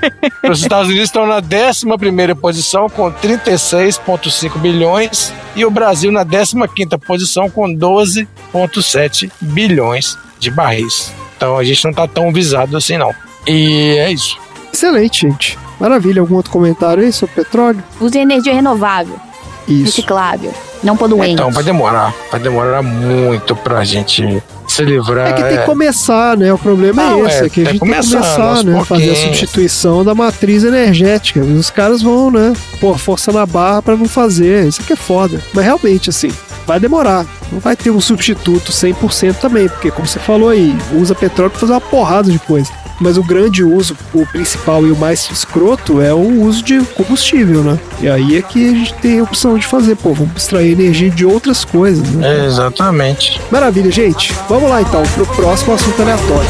Os Estados Unidos estão na décima primeira posição com trinta e seis vírgula cinco bilhões e o Brasil na décima quinta posição com doze vírgula sete bilhões de barris. Então a gente não está tão visado assim, não. E é isso. Excelente, gente. Maravilha. Algum outro comentário aí sobre petróleo? Use energia renovável, Isso. reciclável, não poluente. Então vai demorar. Vai demorar muito pra gente se livrar. É que tem que é. começar, né? O problema Não, é esse, é, é que a tá gente tem que começando, começar, aos né? Fazer a pouquinhos. substituição da matriz energética. Os caras vão, né? Pô, força na barra pra não fazer. Isso aqui é foda. Mas realmente, assim, vai demorar. Não vai ter um substituto cem por cento também, porque como você falou aí, usa petróleo pra fazer uma porrada de coisa. Mas o grande uso, o principal e o mais escroto é o uso de combustível, né? E aí é que a gente tem a opção de fazer, pô, vamos extrair energia de outras coisas, né? É, exatamente. Maravilha, gente. Vamos lá então, pro próximo assunto aleatório.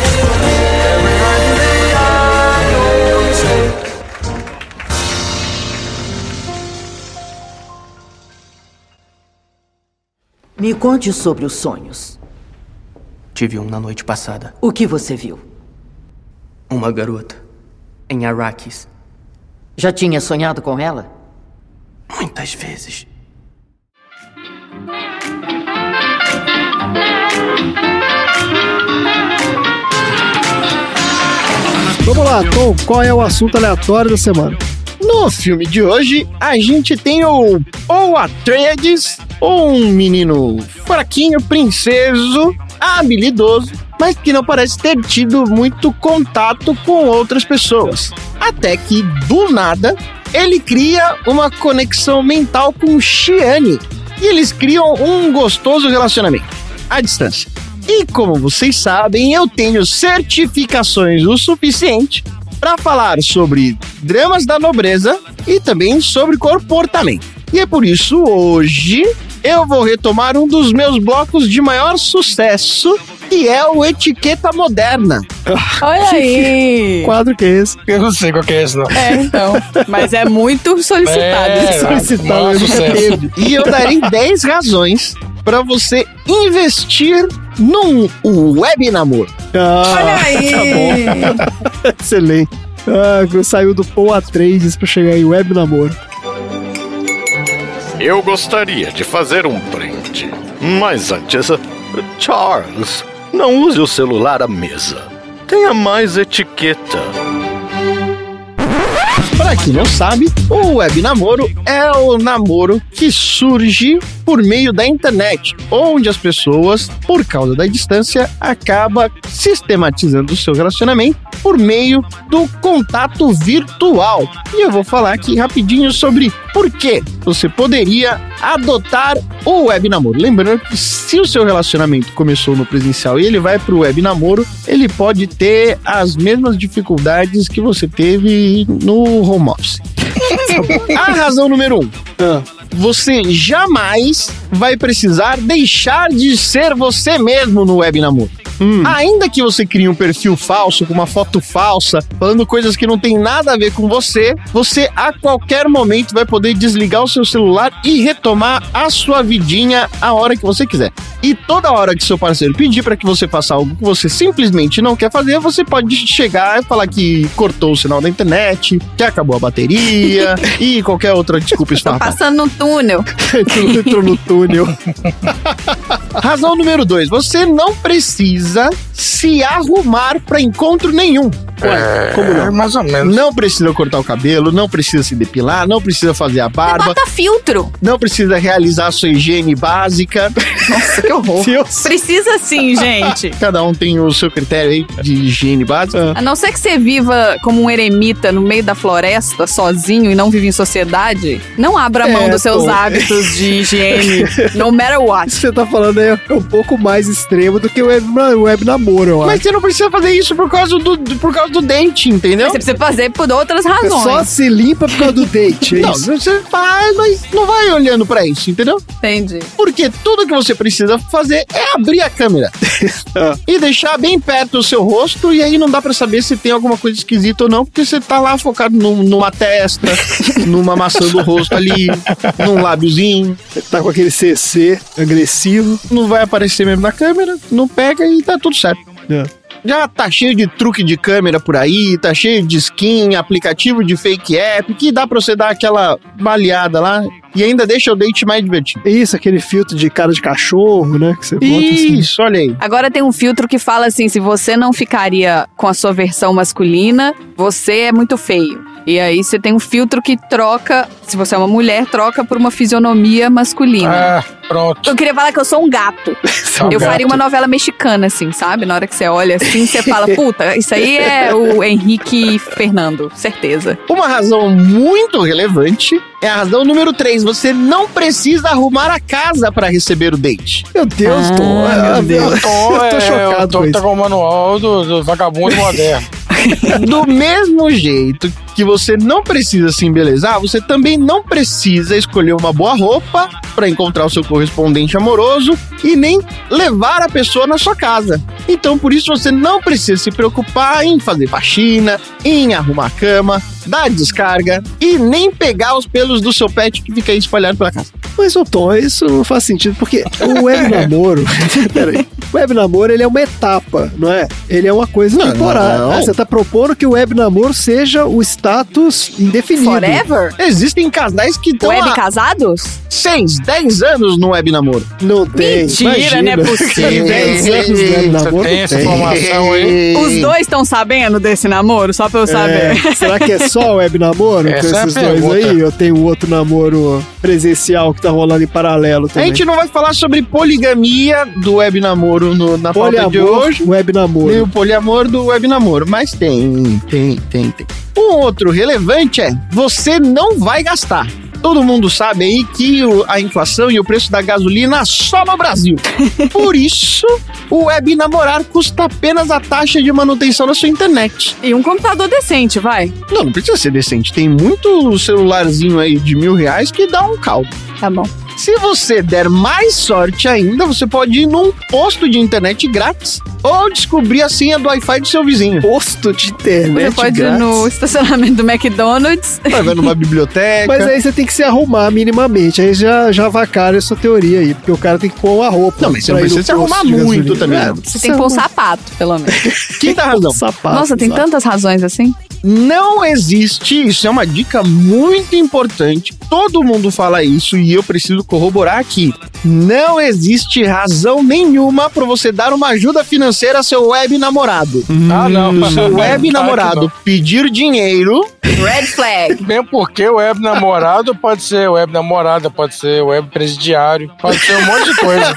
Me conte sobre os sonhos. Tive um na noite passada. O que você viu? Uma garota. Em Arrakis. Já tinha sonhado com ela? Muitas vezes. Vamos lá, Tom, qual é o assunto aleatório da semana? No filme de hoje, a gente tem o Paul Atreides, um menino fraquinho, princeso, habilidoso, mas que não parece ter tido muito contato com outras pessoas. Até que, do nada, ele cria uma conexão mental com Chani, e eles criam um gostoso relacionamento à distância. E como vocês sabem, eu tenho certificações o suficiente para falar sobre dramas da nobreza e também sobre comportamento. E é por isso, hoje, eu vou retomar um dos meus blocos de maior sucesso, que é o Etiqueta Moderna. Olha aí! Quadro que é esse? Eu não sei qual que é esse, não. É, então. Mas é muito solicitado. É, solicitado, eu nunca teve. E eu darei dez razões para você investir num web namoro. Ah, Olha aí! Tá bom. Excelente. Ah, saiu do Paul Atreides pra chegar em web namoro. Eu gostaria de fazer um brinde, mas antes, Charles, não use o celular à mesa. Tenha mais etiqueta. Para quem não sabe, o web namoro é o namoro que surge por meio da internet, onde as pessoas, por causa da distância, acabam sistematizando o seu relacionamento por meio do contato virtual. E eu vou falar aqui rapidinho sobre por que você poderia adotar o web namoro. Lembrando que se o seu relacionamento começou no presencial e ele vai para o web namoro, ele pode ter as mesmas dificuldades que você teve no home office. A razão número um. Ah. Você jamais vai precisar deixar de ser você mesmo no web namoro. Hum. Ainda que você crie um perfil falso, com uma foto falsa, falando coisas que não tem nada a ver com você, você a qualquer momento vai poder desligar o seu celular e retomar a sua vidinha a hora que você quiser. E toda hora que seu parceiro pedir para que você faça algo que você simplesmente não quer fazer, você pode chegar e falar que cortou o sinal da internet, que acabou a bateria e qualquer outra desculpa esfarrapada. Tô passando no túnel. Entrou no túnel. Razão número dois. Você não precisa se arrumar para encontro nenhum. Ué, como não? É mais ou menos. Não precisa cortar o cabelo, não precisa se depilar, não precisa fazer a barba. Bota filtro. Não precisa realizar a sua higiene básica. Nossa, que horror. Deus. Precisa sim, gente. Cada um tem o seu critério aí de higiene básica. A não ser que você viva como um eremita no meio da floresta, sozinho, e não vive em sociedade, não abra a mão É, dos seus pô. hábitos de higiene, no matter what. Isso que você tá falando é um pouco mais extremo do que o web, web namoro, eu acho. Mas você não precisa fazer isso por causa do, por causa do date, entendeu? Você precisa fazer por outras É razões. só se limpa por causa do date, é Não, isso? você faz, mas não vai olhando pra isso, entendeu? Entendi. Porque tudo que você precisa fazer é abrir a câmera e deixar bem perto do seu rosto, e aí não dá pra saber se tem alguma coisa esquisita ou não, porque você tá lá focado num- numa testa, numa maçã do rosto ali, num lábiozinho. Tá com aquele C C agressivo. Não vai aparecer mesmo na câmera, não pega e tá tudo certo. É. Já tá cheio de truque de câmera por aí, tá cheio de skin, aplicativo de fake app, que dá pra você dar aquela baleada lá e ainda deixa o date mais divertido. Isso, aquele filtro de cara de cachorro, né? Que você bota assim. Isso, olha aí. Agora tem um filtro que fala assim, se você não ficaria com a sua versão masculina, você é muito feio. E aí você tem um filtro que troca, se você é uma mulher, troca por uma fisionomia masculina. Ah, pronto. Eu queria falar que eu sou um gato. um eu gato. faria uma novela mexicana, assim, sabe? Na hora que você olha assim, você fala, puta, isso aí é o Henrique Fernando, certeza. Uma razão muito relevante é a razão número três. Você não precisa arrumar a casa pra receber o date. Meu Deus, Ah, Tom. meu Ah, Deus. Tô, Eu tô é, chocado eu tô, com tá isso. com o manual do, do vagabundo moderno. Do mesmo jeito que você não precisa se embelezar, você também não precisa escolher uma boa roupa para encontrar o seu correspondente amoroso e nem levar a pessoa na sua casa. Então, por isso, você não precisa se preocupar em fazer faxina, em arrumar a cama, dar descarga e nem pegar os pelos do seu pet que fica aí espalhado pela casa. Mas, ô Tom, isso não faz sentido, porque o web namoro, peraí, o web namoro, ele é uma etapa, não é? Ele é uma coisa Não, temporária. não. Ah, você tá propondo que o web namoro seja o status indefinido. Forever? Existem casais que estão Web há casados? seis, dez anos no web namoro. Não tem. Mentira, imagina. não é possível. dez anos no web namoro, Você tem não essa tem. informação aí? Os dois estão sabendo desse namoro? Só pra eu saber. É, será que é só web namoro com Essa é a esses dois pergunta. aí? Eu tenho outro namoro presencial que tá rolando em paralelo A também. gente não vai falar sobre poligamia do web namoro no, na pauta de Poliamor, hoje. web namoro. Nem o poliamor do web namoro, mas tem, tem, tem, tem. Um outro relevante é, você não vai gastar. Todo mundo sabe aí que o- a inflação e o preço da gasolina só no Brasil. Por isso, o web namorar custa apenas a taxa de manutenção da sua internet. E um computador decente, vai. Não, não precisa ser decente. Tem muito celularzinho aí de mil reais que dá um caldo. Tá bom. Se você der mais sorte ainda, você pode ir num posto de internet grátis ou descobrir a senha do Wi-Fi do seu vizinho. Posto de internet Você pode ir grátis. no estacionamento do McDonald's. Vai ver numa biblioteca. Mas aí você tem que se arrumar minimamente. Aí já, já avacalha a sua teoria aí, porque o cara tem que pôr uma roupa. Não, mas você pra não ir no precisa se posto arrumar de muito gasolina. também, É, não. não Você tem que pôr um sapato, pelo menos. Quinta razão. Sapato, Nossa, tem sabe? tantas razões assim. Não existe, isso é uma dica muito importante. Todo mundo fala isso e eu preciso corroborar aqui. Não existe razão nenhuma para você dar uma ajuda financeira a seu web namorado. Ah, não. Se o web Claro que namorado não. pedir dinheiro, Red flag. Mesmo porque o web namorado pode ser web namorada, pode ser web presidiário, pode ser um monte de coisa.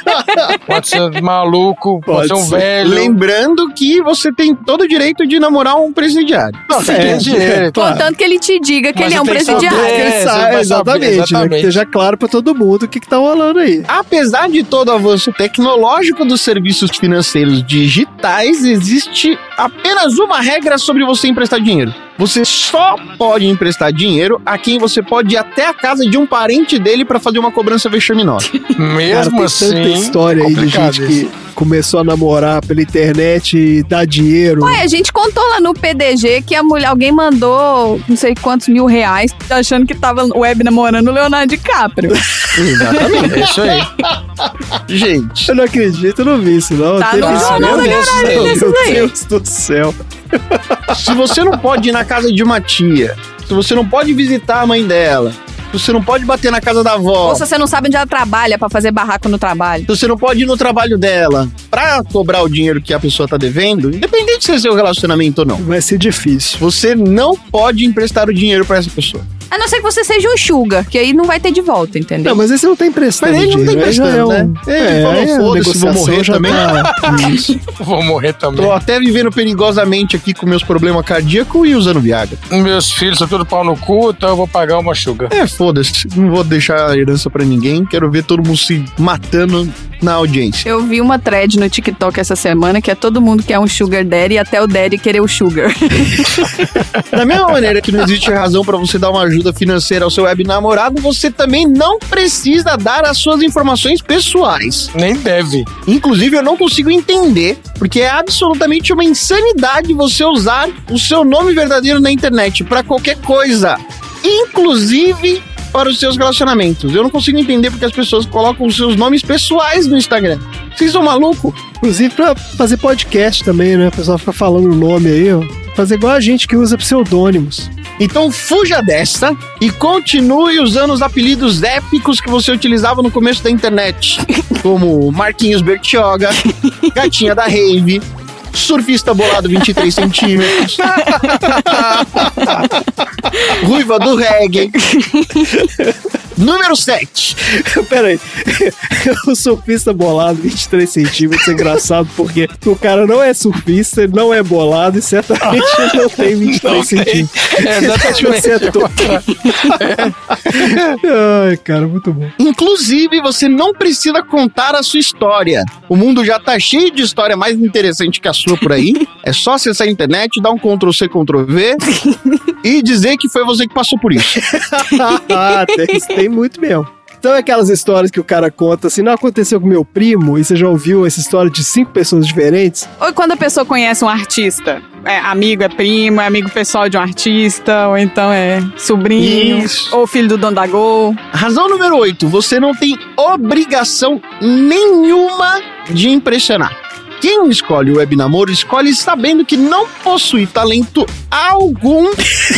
Pode ser maluco, pode, Pode ser um ser. velho. lembrando que você tem todo o direito de namorar um presidiário. Não, você É, tem dinheiro. claro. Contanto que ele te diga que Mas ele é você um tem que presidiário. saber. Ele É, sabe, você vai saber, exatamente, né? Que exatamente. esteja claro pra todo mundo o que, que tá rolando aí. Apesar de todo o avanço tecnológico dos serviços financeiros digitais, existe apenas uma regra sobre você emprestar dinheiro. Você só pode emprestar dinheiro a quem você pode ir até a casa de um parente dele para fazer uma cobrança vexaminosa. Mesmo Cara, tem assim, tanta história aí de complicado gente isso. que começou a namorar pela internet e dá dinheiro. Ué, a gente contou lá no P D G que a mulher, alguém mandou não sei quantos mil reais achando que tava web namorando o Leonardo DiCaprio. Exatamente. É isso aí. Gente, Eu não acredito, eu não vi isso, não. Tá Teve no isso jornal mesmo? da Garagem, Meu desses aí. Deus do céu. se você não pode ir na casa de uma tia, se você não pode visitar a mãe dela, se você não pode bater na casa da avó, Ou se você não sabe onde ela trabalha pra fazer barraco no trabalho. se você não pode ir no trabalho dela pra cobrar o dinheiro que a pessoa tá devendo, independente se é seu relacionamento ou não, Vai ser difícil. você não pode emprestar o dinheiro pra essa pessoa. A não ser que você seja um sugar, que aí não vai ter de volta, entendeu? Não, mas esse não tá emprestando Mas ele não tá dinheiro, aí já emprestando, é um- né? Ele É, falou, aí a foda-se, vou negociação morrer já também. tá- Isso. Vou morrer também. Tô até vivendo perigosamente aqui com meus problemas cardíacos e usando Viagra. Meus filhos são tudo pau no cu, então eu vou pagar uma sugar. É, foda-se. Não vou deixar a herança pra ninguém. Quero ver todo mundo se matando na audiência. Eu vi uma thread no TikTok essa semana que é todo mundo quer um sugar daddy e até o daddy querer o sugar. Da mesma maneira que não existe razão pra você dar uma ajuda financeira ao seu web namorado, você também não precisa dar as suas informações pessoais. Nem deve. Inclusive, eu não consigo entender, porque é absolutamente uma insanidade você usar o seu nome verdadeiro na internet pra qualquer coisa, inclusive para os seus relacionamentos. Eu não consigo entender porque as pessoas colocam os seus nomes pessoais no Instagram. Vocês são malucos? Inclusive pra fazer podcast também, né? O pessoal fica falando o nome aí, ó. Fazer igual a gente que usa pseudônimos. Então fuja dessa e continue usando os apelidos épicos que você utilizava no começo da internet, como Marquinhos Bertioga, Gatinha da Rave, Surfista Bolado vinte e três centímetros, Ruiva do Reggae. Número sete. Peraí. O surfista bolado, vinte e três centímetros, é engraçado porque o cara não é surfista, ele não é bolado e certamente ele não tem vinte e três centímetros. É, exatamente. Você é todo. Ai, cara, muito bom. Inclusive, você não precisa contar a sua história. O mundo já tá cheio de história mais interessante que a sua por aí. É só acessar a internet, dar um control C, control V e dizer que foi você que passou por isso. tem, tem muito mesmo. Então é aquelas histórias que o cara conta assim, não aconteceu com meu primo, e você já ouviu essa história de cinco pessoas diferentes? Ou quando a pessoa conhece um artista, é amigo, é primo, é amigo pessoal de um artista, ou então é sobrinho, Isso. ou filho do dono da Gol. Razão número oito, você não tem obrigação nenhuma de impressionar. Quem escolhe o web namoro escolhe sabendo que não possui talento algum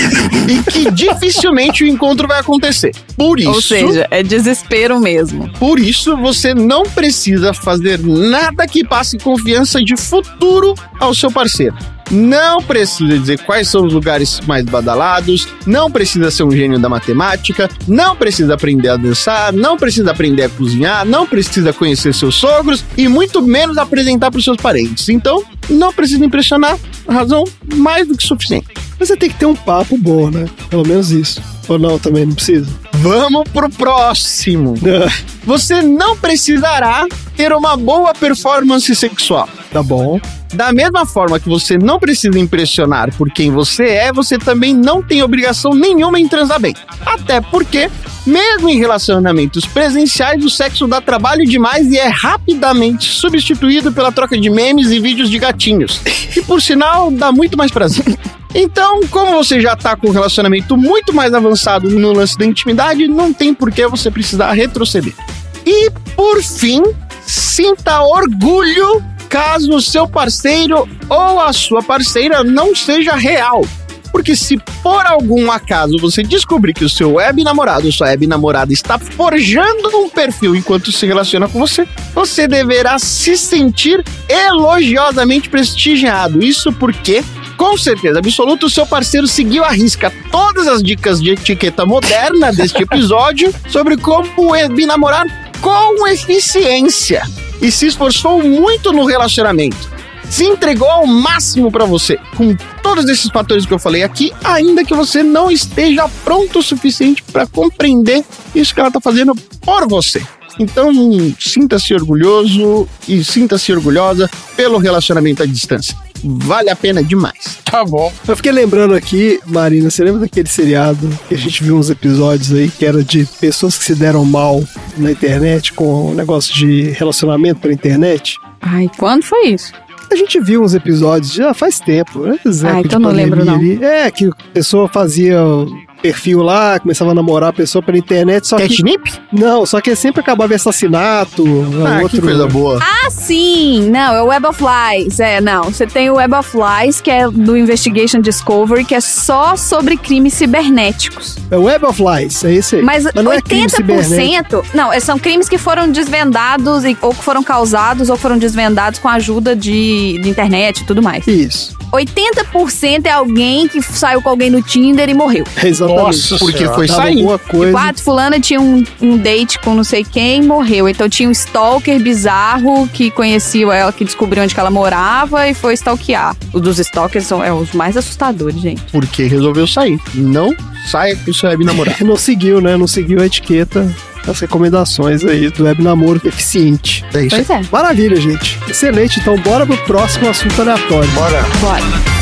e que dificilmente o encontro vai acontecer. Por isso... Ou seja, é desespero mesmo. Por isso, você não precisa fazer nada que passe confiança de futuro ao seu parceiro. Não precisa dizer quais são os lugares mais badalados, não precisa ser um gênio da matemática, não precisa aprender a dançar, não precisa aprender a cozinhar, não precisa conhecer seus sogros e muito menos apresentar para os seus parentes. Então, não precisa impressionar, razão mais do que suficiente. Mas você tem que ter um papo bom, né? Pelo menos isso. Ou não, também não precisa? Vamos pro próximo. Você não precisará ter uma boa performance sexual. Tá bom. Da mesma forma que você não precisa impressionar por quem você é, você também não tem obrigação nenhuma em transar bem. Até porque, mesmo em relacionamentos presenciais, o sexo dá trabalho demais e é rapidamente substituído pela troca de memes e vídeos de gatinhos. E, por sinal, dá muito mais prazer. Então, como você já tá com um relacionamento muito mais avançado no lance da intimidade, não tem por que você precisar retroceder. E, por fim, sinta orgulho caso o seu parceiro ou a sua parceira não seja real. Porque se por algum acaso você descobrir que o seu web namorado ou sua web namorada está forjando um perfil enquanto se relaciona com você, você deverá se sentir elogiosamente prestigiado. Isso porque, com certeza absoluta, o seu parceiro seguiu à risca todas as dicas de etiqueta moderna deste episódio sobre como web namorar com eficiência. E se esforçou muito no relacionamento. Se entregou ao máximo pra você, com todos esses fatores que eu falei aqui, ainda que você não esteja pronto o suficiente pra compreender isso que ela tá fazendo por você. Então, sinta-se orgulhoso e sinta-se orgulhosa pelo relacionamento à distância. Vale a pena demais. Tá bom. Eu fiquei lembrando aqui, Marina, você lembra daquele seriado que a gente viu uns episódios aí que era de pessoas que se deram mal na internet com o negócio de relacionamento pela internet? Ai, quando foi isso? A gente viu uns episódios já faz tempo, né? Ah, então não lembro não. Ali. É, que a pessoa fazia perfil lá, começava a namorar a pessoa pela internet, só Catnip? que... Não, só que sempre acabava em assassinato. Ah, outro... que coisa boa. Ah, sim! Não, é o Web of Lies. É, não. Você tem o Web of Lies, que é do Investigation Discovery, que é só sobre crimes cibernéticos. É o Web of Lies, é esse aí. Mas, Mas não oitenta por cento... É não, são crimes que foram desvendados, e, ou que foram causados, ou foram desvendados com a ajuda de, de internet e tudo mais. Isso. oitenta por cento é alguém que saiu com alguém no Tinder e morreu. Exatamente. Nossa, porque senhora, foi saindo. Coisa. Tipo, ah, fulana tinha um, um date com não sei quem e morreu. Então tinha um stalker bizarro que conhecia ela, que descobriu onde que ela morava e foi stalkear. Os dos stalkers são é, os mais assustadores, gente. Porque resolveu sair. Não saia com o seu web namorado. Não seguiu, né? Não seguiu a etiqueta, as recomendações aí do web namoro eficiente. É isso. Pois é. Maravilha, gente. Excelente. Então bora pro próximo assunto aleatório. Bora. Bora.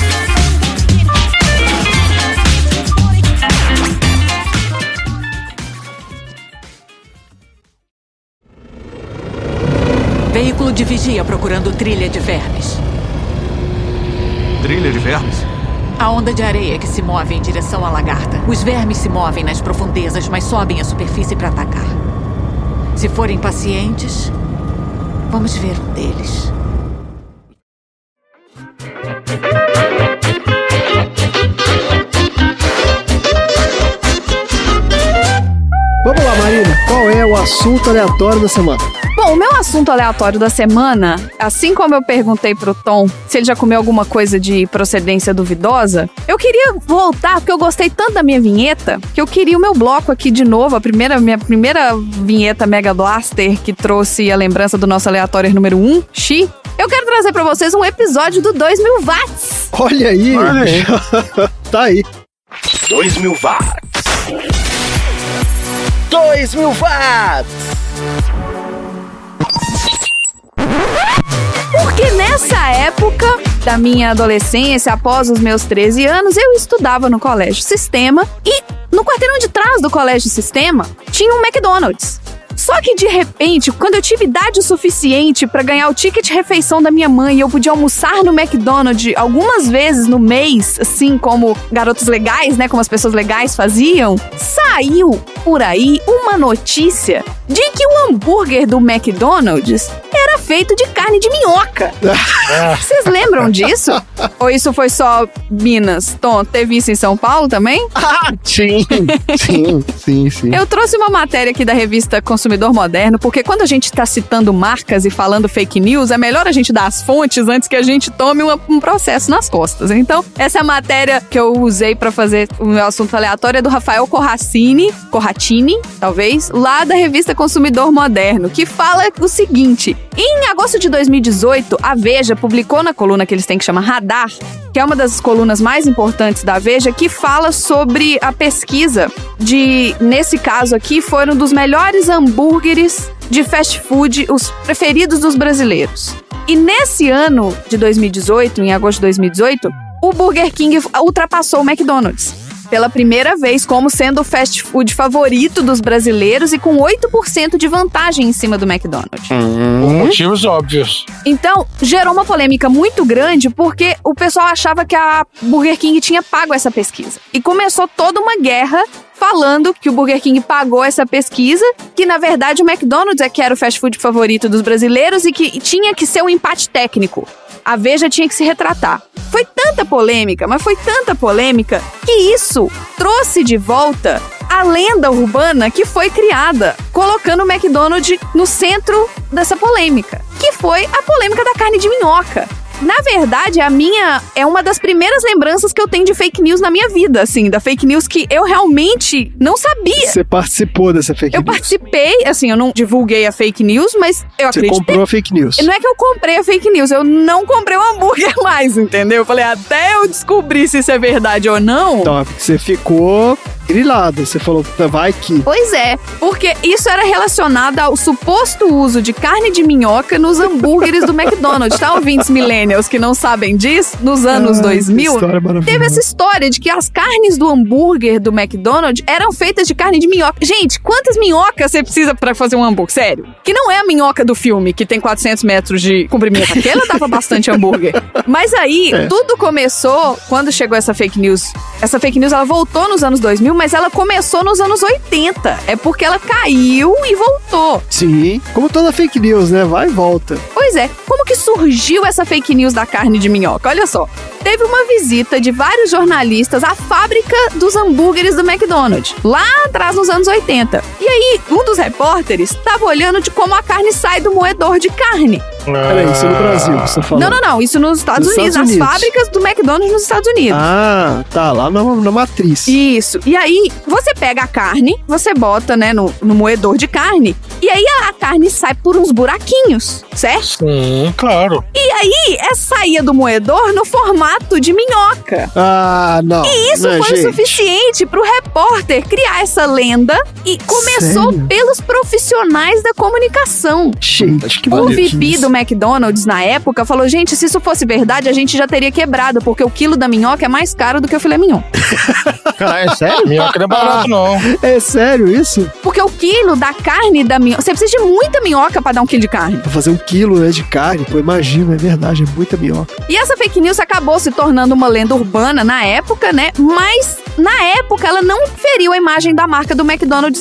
Veículo de vigia procurando trilha de vermes. Trilha de vermes? A onda de areia que se move em direção à lagarta. Os vermes se movem nas profundezas, mas sobem à superfície para atacar. Se forem pacientes, vamos ver um deles. Vamos lá, Marina. Qual é o assunto aleatório da semana? Bom, Bom, o meu assunto aleatório da semana, assim como eu perguntei pro Tom se ele já comeu alguma coisa de procedência duvidosa, eu queria voltar, porque eu gostei tanto da minha vinheta, que eu queria o meu bloco aqui de novo, a primeira, minha primeira vinheta Mega Blaster que trouxe a lembrança do nosso aleatório número um, Xi. Eu quero trazer pra vocês um episódio do dois mil watts. Olha aí. Olha aí. Tá aí. dois mil watts. dois mil watts. Porque nessa época da minha adolescência, após os meus treze anos, eu estudava no Colégio Sistema e no quarteirão de trás do Colégio Sistema tinha um McDonald's. Só que de repente, quando eu tive idade suficiente pra ganhar o ticket refeição da minha mãe e eu podia almoçar no McDonald's algumas vezes no mês, assim como garotos legais, né, como as pessoas legais faziam, saiu por aí uma notícia de que o hambúrguer do McDonald's era feito de carne de minhoca. Vocês lembram disso? Ou isso foi só Minas? Tom, teve isso em São Paulo também? Ah, sim, sim, sim, sim. Eu trouxe uma matéria aqui da revista Consumidor Moderno, porque quando a gente tá citando marcas e falando fake news, é melhor a gente dar as fontes antes que a gente tome uma, um processo nas costas. Então, essa matéria que eu usei pra fazer o meu assunto aleatório é do Rafael Corracini, Corratini, talvez, lá da revista Consumidor Moderno, que fala o seguinte: em agosto de dois mil e dezoito, a Veja publicou na coluna que eles têm que chamar Radar, que é uma das colunas mais importantes da Veja, que fala sobre a pesquisa de, nesse caso aqui, foram dos melhores hambúrgueres de fast food, os preferidos dos brasileiros. E nesse ano de dois mil e dezoito, em agosto de dois mil e dezoito, o Burger King ultrapassou o McDonald's pela primeira vez como sendo o fast food favorito dos brasileiros e com oito por cento de vantagem em cima do McDonald's. Hum. Por motivos óbvios. Então, gerou uma polêmica muito grande porque o pessoal achava que a Burger King tinha pago essa pesquisa. E começou toda uma guerra falando que o Burger King pagou essa pesquisa, que na verdade o McDonald's é que era o fast food favorito dos brasileiros e que tinha que ser um empate técnico. A Veja tinha que se retratar. Foi tanta polêmica, mas foi tanta polêmica, que isso trouxe de volta a lenda urbana que foi criada, colocando o McDonald's no centro dessa polêmica, que foi a polêmica da carne de minhoca. Na verdade, a minha é uma das primeiras lembranças que eu tenho de fake news na minha vida, assim, da fake news que eu realmente não sabia. Você participou dessa fake eu news? Eu participei, assim, eu não divulguei a fake news, mas eu Você acreditei. Você comprou a fake news? Não é que eu comprei a fake news, eu não comprei o hambúrguer mais, entendeu? Eu falei, até eu descobrir se isso é verdade ou não. Então, você ficou grilada, você falou, vai que... Pois é, porque isso era relacionado ao suposto uso de carne de minhoca nos hambúrgueres do McDonald's, tá, ouvintes millennials que não sabem disso? Nos anos ah, dois mil, teve essa história de que as carnes do hambúrguer do McDonald's eram feitas de carne de minhoca. Gente, quantas minhocas você precisa pra fazer um hambúrguer? Sério. Que não é a minhoca do filme, que tem quatrocentos metros de comprimento. Aquela dava bastante hambúrguer. Mas aí, é. tudo começou quando chegou essa fake news. Essa fake news, ela voltou nos anos dois mil, mas ela começou nos anos oitenta. É porque ela caiu e voltou. Sim, como toda fake news, né? Vai e volta. Pois é. Como que surgiu essa fake news da carne de minhoca? Olha só. Teve uma visita de vários jornalistas à fábrica dos hambúrgueres do McDonald's, lá atrás nos anos oitenta. E aí, um dos repórteres estava olhando de como a carne sai do moedor de carne. Peraí, isso é no Brasil, você falou? Não, não, não. Isso nos Estados nos Unidos. Estados As Unidos. fábricas do McDonald's nos Estados Unidos. Ah, tá. Lá na, na matriz. Isso. E aí, você pega a carne, você bota, né, no, no moedor de carne, e aí a, a carne sai por uns buraquinhos, certo? Sim, claro. E aí, é saía do moedor no formato de minhoca. Ah, não. E isso não, foi gente. o suficiente pro repórter criar essa lenda e começou Sério? pelos profissionais da comunicação. Gente, que O V P maluquice. do McDonald's, na época, falou, gente, se isso fosse verdade, a gente já teria quebrado, porque o quilo da minhoca é mais caro do que o filé mignon. Caralho, é sério? Minhoca não é barato, não. É sério isso? Porque o quilo da carne da minhoca... Você precisa de muita minhoca pra dar um quilo de carne. Pra fazer um quilo, né, de carne, pô, imagina, é verdade, é muita minhoca. E essa fake news acabou se tornando uma lenda urbana na época, né? Mas, na época, ela não feriu a imagem da marca do McDonald's, não.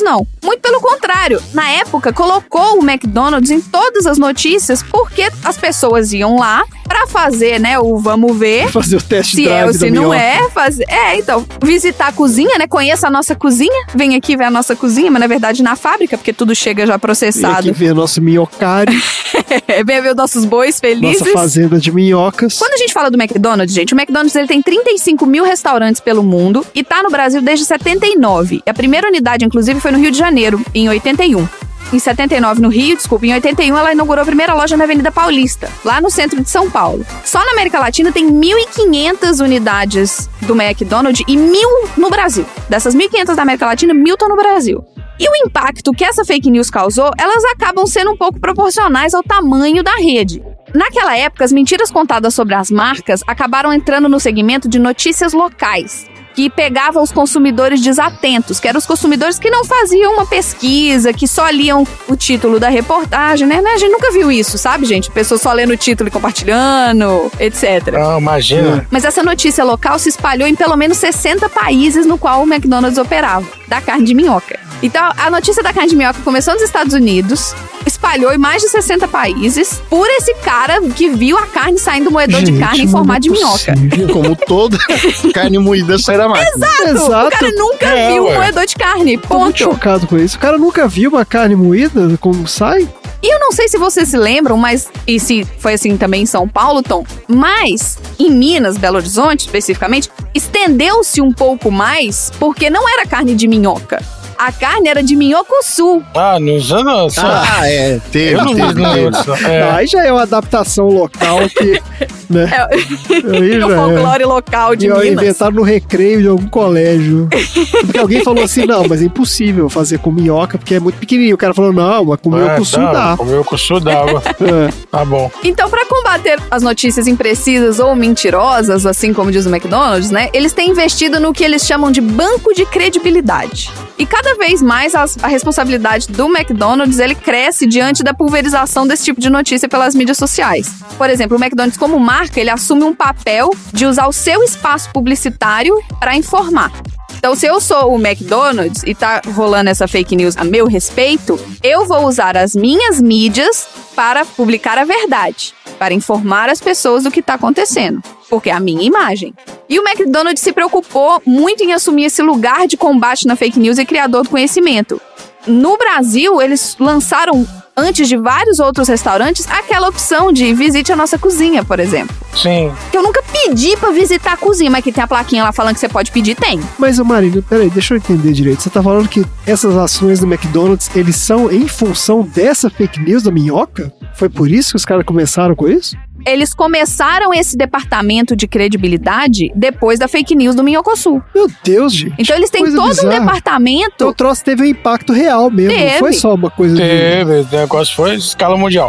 Muito pelo contrário, na época colocou o McDonald's em todas as notícias porque as pessoas iam lá pra fazer, né, o vamos ver. Fazer o teste se é ou se não minhoca. é, fazer. É, então, visitar a cozinha, né? Conheça a nossa cozinha, vem aqui ver a nossa cozinha, mas na verdade na fábrica, porque tudo chega já processado. Vem aqui ver nosso minhocário. Vem ver os nossos bois felizes. Nossa fazenda de minhocas. Quando a gente fala do McDonald's, gente, o McDonald's ele tem trinta e cinco mil restaurantes pelo mundo e tá no Brasil desde setenta e nove. A primeira unidade, inclusive, foi no Rio de Janeiro, em oitenta e um. Em setenta e nove no Rio, desculpa, em oitenta e um ela inaugurou a primeira loja na Avenida Paulista, lá no centro de São Paulo. Só na América Latina tem mil e quinhentas unidades do McDonald's e mil no Brasil. Dessas mil e quinhentas da América Latina, mil estão no Brasil. E o impacto que essa fake news causou, elas acabam sendo um pouco proporcionais ao tamanho da rede. Naquela época, as mentiras contadas sobre as marcas acabaram entrando no segmento de notícias locais, que pegava os consumidores desatentos, que eram os consumidores que não faziam uma pesquisa, que só liam o título da reportagem, né? A gente nunca viu isso, sabe, gente? Pessoas só lendo o título e compartilhando, etcétera. Ah, imagina. Mas essa notícia local se espalhou em pelo menos sessenta países no qual o McDonald's operava, da carne de minhoca. Então, a notícia da carne de minhoca começou nos Estados Unidos, espalhou em mais de sessenta países, por esse cara que viu a carne saindo do moedor Gente, de carne em formato de minhoca. Como toda carne moída sai da máquina. Exato! Exato. O cara nunca É, viu ué. um moedor de carne, Tô muito ponto. chocado com isso. O cara nunca viu uma carne moída como sai? E eu não sei se vocês se lembram, mas e se foi assim também em São Paulo, Tom, mas em Minas, Belo Horizonte especificamente, estendeu-se um pouco mais porque não era carne de minhoca. A carne era de minhoco-sul. Ah, nos anos... Ah, é. Teve, Eu não vi teve, no teve. outro. É. Aí já é uma adaptação local que, né? Aí o já folclore local de E, ó, Minas. inventaram no recreio de algum colégio. Porque alguém falou assim, não, mas é impossível fazer com minhoca, porque é muito pequenininho. O cara falou, não, mas com minhoco É, sul tá, dá. Com minhoco-sul dava. É. Tá bom. Então, para combater as notícias imprecisas ou mentirosas, assim como diz o McDonald's, né, eles têm investido no que eles chamam de banco de credibilidade. E cada vez mais as, a responsabilidade do McDonald's ele cresce diante da pulverização desse tipo de notícia pelas mídias sociais. Por exemplo, o McDonald's como marca, ele assume um papel de usar o seu espaço publicitário para informar. Então, se eu sou o McDonald's e tá rolando essa fake news a meu respeito, eu vou usar as minhas mídias para publicar a verdade, para informar as pessoas do que está acontecendo, porque é a minha imagem. E o McDonald's se preocupou muito em assumir esse lugar de combate na fake news e criador do conhecimento. No Brasil, eles lançaram, antes de vários outros restaurantes, aquela opção de visite a nossa cozinha, por exemplo. Sim. Que eu nunca pedi pra visitar a cozinha, mas que tem a plaquinha lá falando que você pode pedir, tem. Mas, ô Marina, peraí, deixa eu entender direito. Você tá falando que essas ações do McDonald's, eles são em função dessa fake news da minhoca? Foi por isso que os caras começaram com isso? Eles começaram esse departamento de credibilidade depois da fake news do Minhocosul. Meu Deus, gente. Então eles têm Coisa todo bizarra. um departamento. Então o troço teve um impacto real mesmo, Teve. não foi só uma coisa Teve, o negócio foi escala mundial.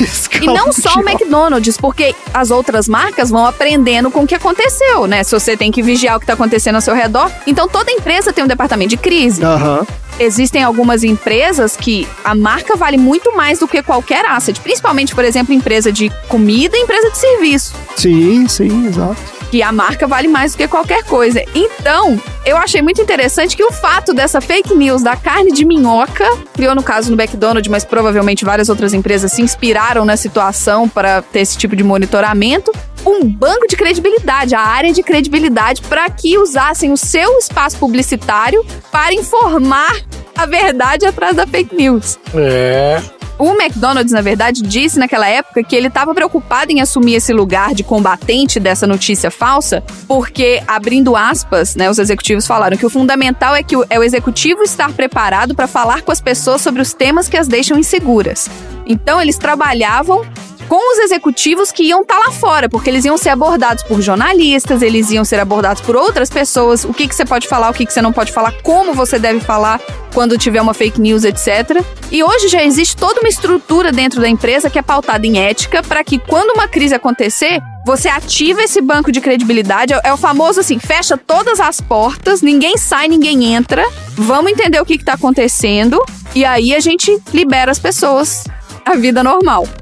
E não só o McDonald's, porque as outras marcas vão aprendendo com o que aconteceu, né? Se você tem que vigiar o que está acontecendo ao seu redor. Então toda empresa tem um departamento de crise. Aham. Existem algumas empresas que a marca vale muito mais do que qualquer asset. Principalmente, por exemplo, empresa de comida e empresa de serviço. Sim, sim, exato. Que a marca vale mais do que qualquer coisa. Então, eu achei muito interessante que o fato dessa fake news da carne de minhoca, criou no caso no McDonald's, mas provavelmente várias outras empresas se inspiraram na situação para ter esse tipo de monitoramento, um banco de credibilidade, a área de credibilidade, para que usassem o seu espaço publicitário para informar a verdade atrás da fake news. É... O McDonald's, na verdade, disse naquela época que ele estava preocupado em assumir esse lugar de combatente dessa notícia falsa, porque, abrindo aspas, né, os executivos falaram que o fundamental é que o, é o executivo estar preparado para falar com as pessoas sobre os temas que as deixam inseguras. Então, eles trabalhavam com os executivos que iam estar lá fora, porque eles iam ser abordados por jornalistas, eles iam ser abordados por outras pessoas, o que, que você pode falar, o que, que você não pode falar, como você deve falar quando tiver uma fake news, etcétera. E hoje já existe toda uma estrutura dentro da empresa que é pautada em ética para que quando uma crise acontecer, você ativa esse banco de credibilidade, é o famoso assim, fecha todas as portas, ninguém sai, ninguém entra, vamos entender o que está acontecendo e aí a gente libera as pessoas a vida normal.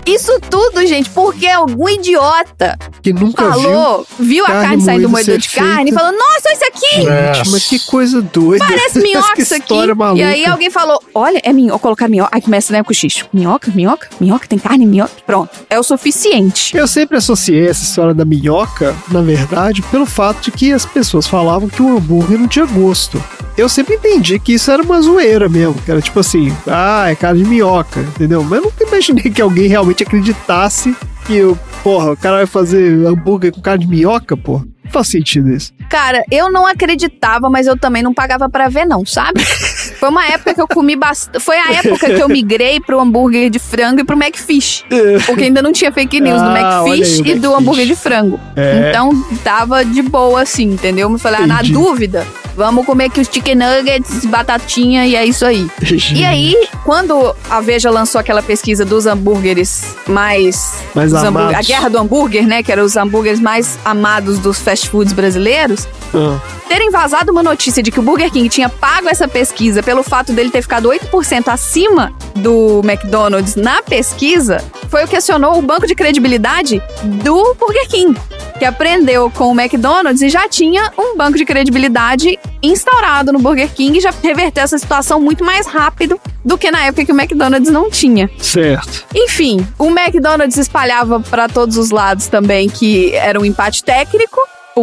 Isso tudo, gente, porque algum idiota que nunca falou, viu, viu a carne saindo do moedor de feita. carne e falou, nossa, isso aqui! Gente, mas que coisa doida. Parece minhoca que isso aqui. história maluca. E aí alguém falou, olha, é minhoca, colocar minhoca. Aí começa, né, com o xixo. Minhoca, minhoca, minhoca, tem carne, minhoca. Pronto, é o suficiente. Eu sempre associei essa história da minhoca, na verdade, pelo fato de que as pessoas falavam que o hambúrguer não tinha gosto. Eu sempre entendi que isso era uma zoeira mesmo, que era tipo assim, ah, é carne de minhoca, entendeu? Mas eu nunca imaginei que alguém realmente acreditasse que, eu, porra, o cara vai fazer hambúrguer com carne de minhoca, porra. Não faz sentido isso. Cara, eu não acreditava, mas eu também não pagava pra ver não, sabe? Foi uma época que eu comi bastante... Foi a época que eu migrei pro hambúrguer de frango e pro McFish. Porque ainda não tinha fake news do Ah, olha McFish aí, e o do McFish. hambúrguer de frango. É. Então, tava de boa assim, entendeu? Me falei, ah, na Entendi. dúvida, vamos comer aqui os chicken nuggets, batatinha e é isso aí. Gente. E aí, quando a Veja lançou aquela pesquisa dos hambúrgueres mais... Mais os hambúrguer- amados. A guerra do hambúrguer, né? Que eram os hambúrgueres mais amados dos fast foods brasileiros. Ah. Terem vazado uma notícia de que o Burger King tinha pago essa pesquisa pelo fato dele ter ficado oito por cento acima do McDonald's na pesquisa, foi o que acionou o banco de credibilidade do Burger King, que aprendeu com o McDonald's e já tinha um banco de credibilidade instaurado no Burger King e já reverteu essa situação muito mais rápido do que na época que o McDonald's não tinha. Certo. Enfim, o McDonald's espalhava para todos os lados também que era um empate técnico,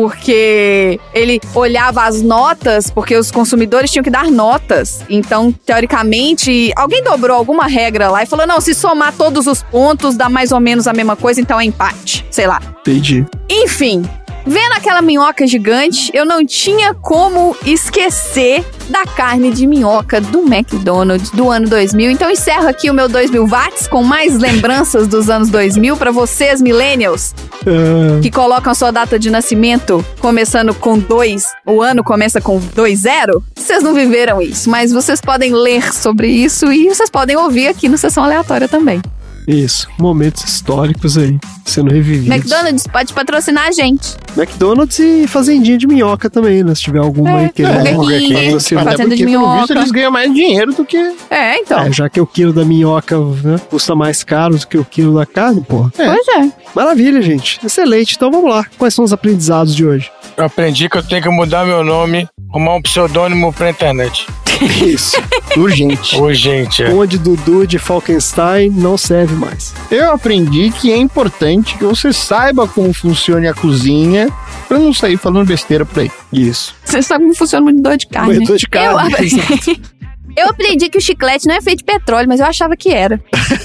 porque ele olhava as notas, porque os consumidores tinham que dar notas. Então, teoricamente, alguém dobrou alguma regra lá e falou, não, se somar todos os pontos dá mais ou menos a mesma coisa, então é empate. Sei lá. Entendi. Enfim, vendo aquela minhoca gigante, eu não tinha como esquecer da carne de minhoca do McDonald's do ano dois mil. Então encerro aqui o meu dois mil watts com mais lembranças dos anos dois mil para vocês, millennials, Ah, que colocam a sua data de nascimento começando com dois, o ano começa com dois zero. Vocês não viveram isso, mas vocês podem ler sobre isso e vocês podem ouvir aqui no Sessão Aleatória também. isso. Momentos históricos aí, sendo revividos. McDonald's pode patrocinar a gente. McDonald's e fazendinha de minhoca também, né? Se tiver alguma É, aí querendo Burger King, patrocinar. Até Fazenda de porque, pelo minhoca. visto, eles ganham mais dinheiro do que... É, então. É, já que o quilo da minhoca, né, custa mais caro do que o quilo da carne, porra. Pois é. Maravilha, gente. Excelente. Então vamos lá. Quais são os aprendizados de hoje? Eu aprendi que eu tenho que mudar meu nome, arrumar um pseudônimo pra internet. Isso. Urgente. Urgente, é. Conde Dudu de Falkenstein não serve mais. Eu aprendi que é importante que você saiba como funciona a cozinha pra não sair falando besteira por aí. Isso. Você sabe como funciona o moedor de carne. Moedor de carne, Eu aprendi, eu aprendi que o chiclete não é feito de petróleo, mas eu achava que era.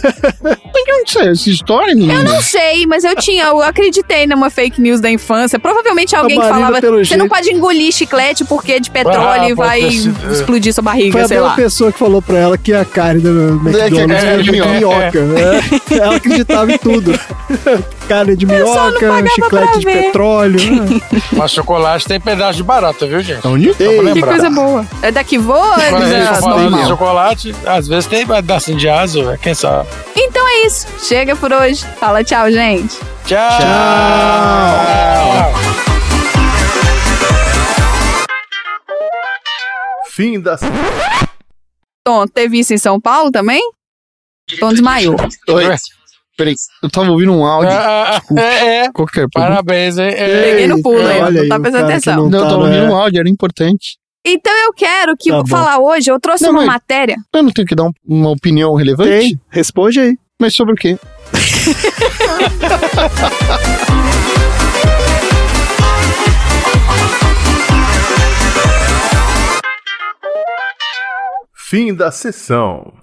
Mas de onde saiu essa história, menina? Eu não sei, mas eu tinha, eu acreditei numa fake news da infância. Provavelmente alguém que Marina, falava, pelo você jeito- não pode engolir chiclete porque é de petróleo Ah, e vai pode ter sido, é. explodir sua barriga, Foi a sei mesma lá. pessoa que falou pra ela que a carne do McDonald's é, era de de minhoca. minhoca. né? Ela acreditava em tudo. Carne de só não minhoca, pagava chiclete pra de ver. petróleo. né? Mas chocolate tem pedaço de barata, viu, gente? Onde? Só pra Ei, Que lembrar. coisa boa. É daqui voa, é Quando a gente da for falar normal. de chocolate, às vezes tem pedacinho de asa, velho, quem sabe. Então é isso. Chega por hoje. Fala tchau, gente. Tchau! Fim da... Tom, teve isso em São Paulo também? Tom desmaiou. Oi. Peraí, eu tava ouvindo um áudio. Ah, Desculpa. é, é. Qual que é? Parabéns, hein? É. Peguei no pulo aí, olha não aí, tá o prestando cara que atenção. não Não, eu tá, tava ouvindo né? um áudio, era importante. Então eu quero que Tá eu bom. falar hoje, eu trouxe Não, uma mas- matéria. Eu não tenho que dar um- uma opinião relevante? Tem, responde aí. Mas sobre o quê? Fim da sessão.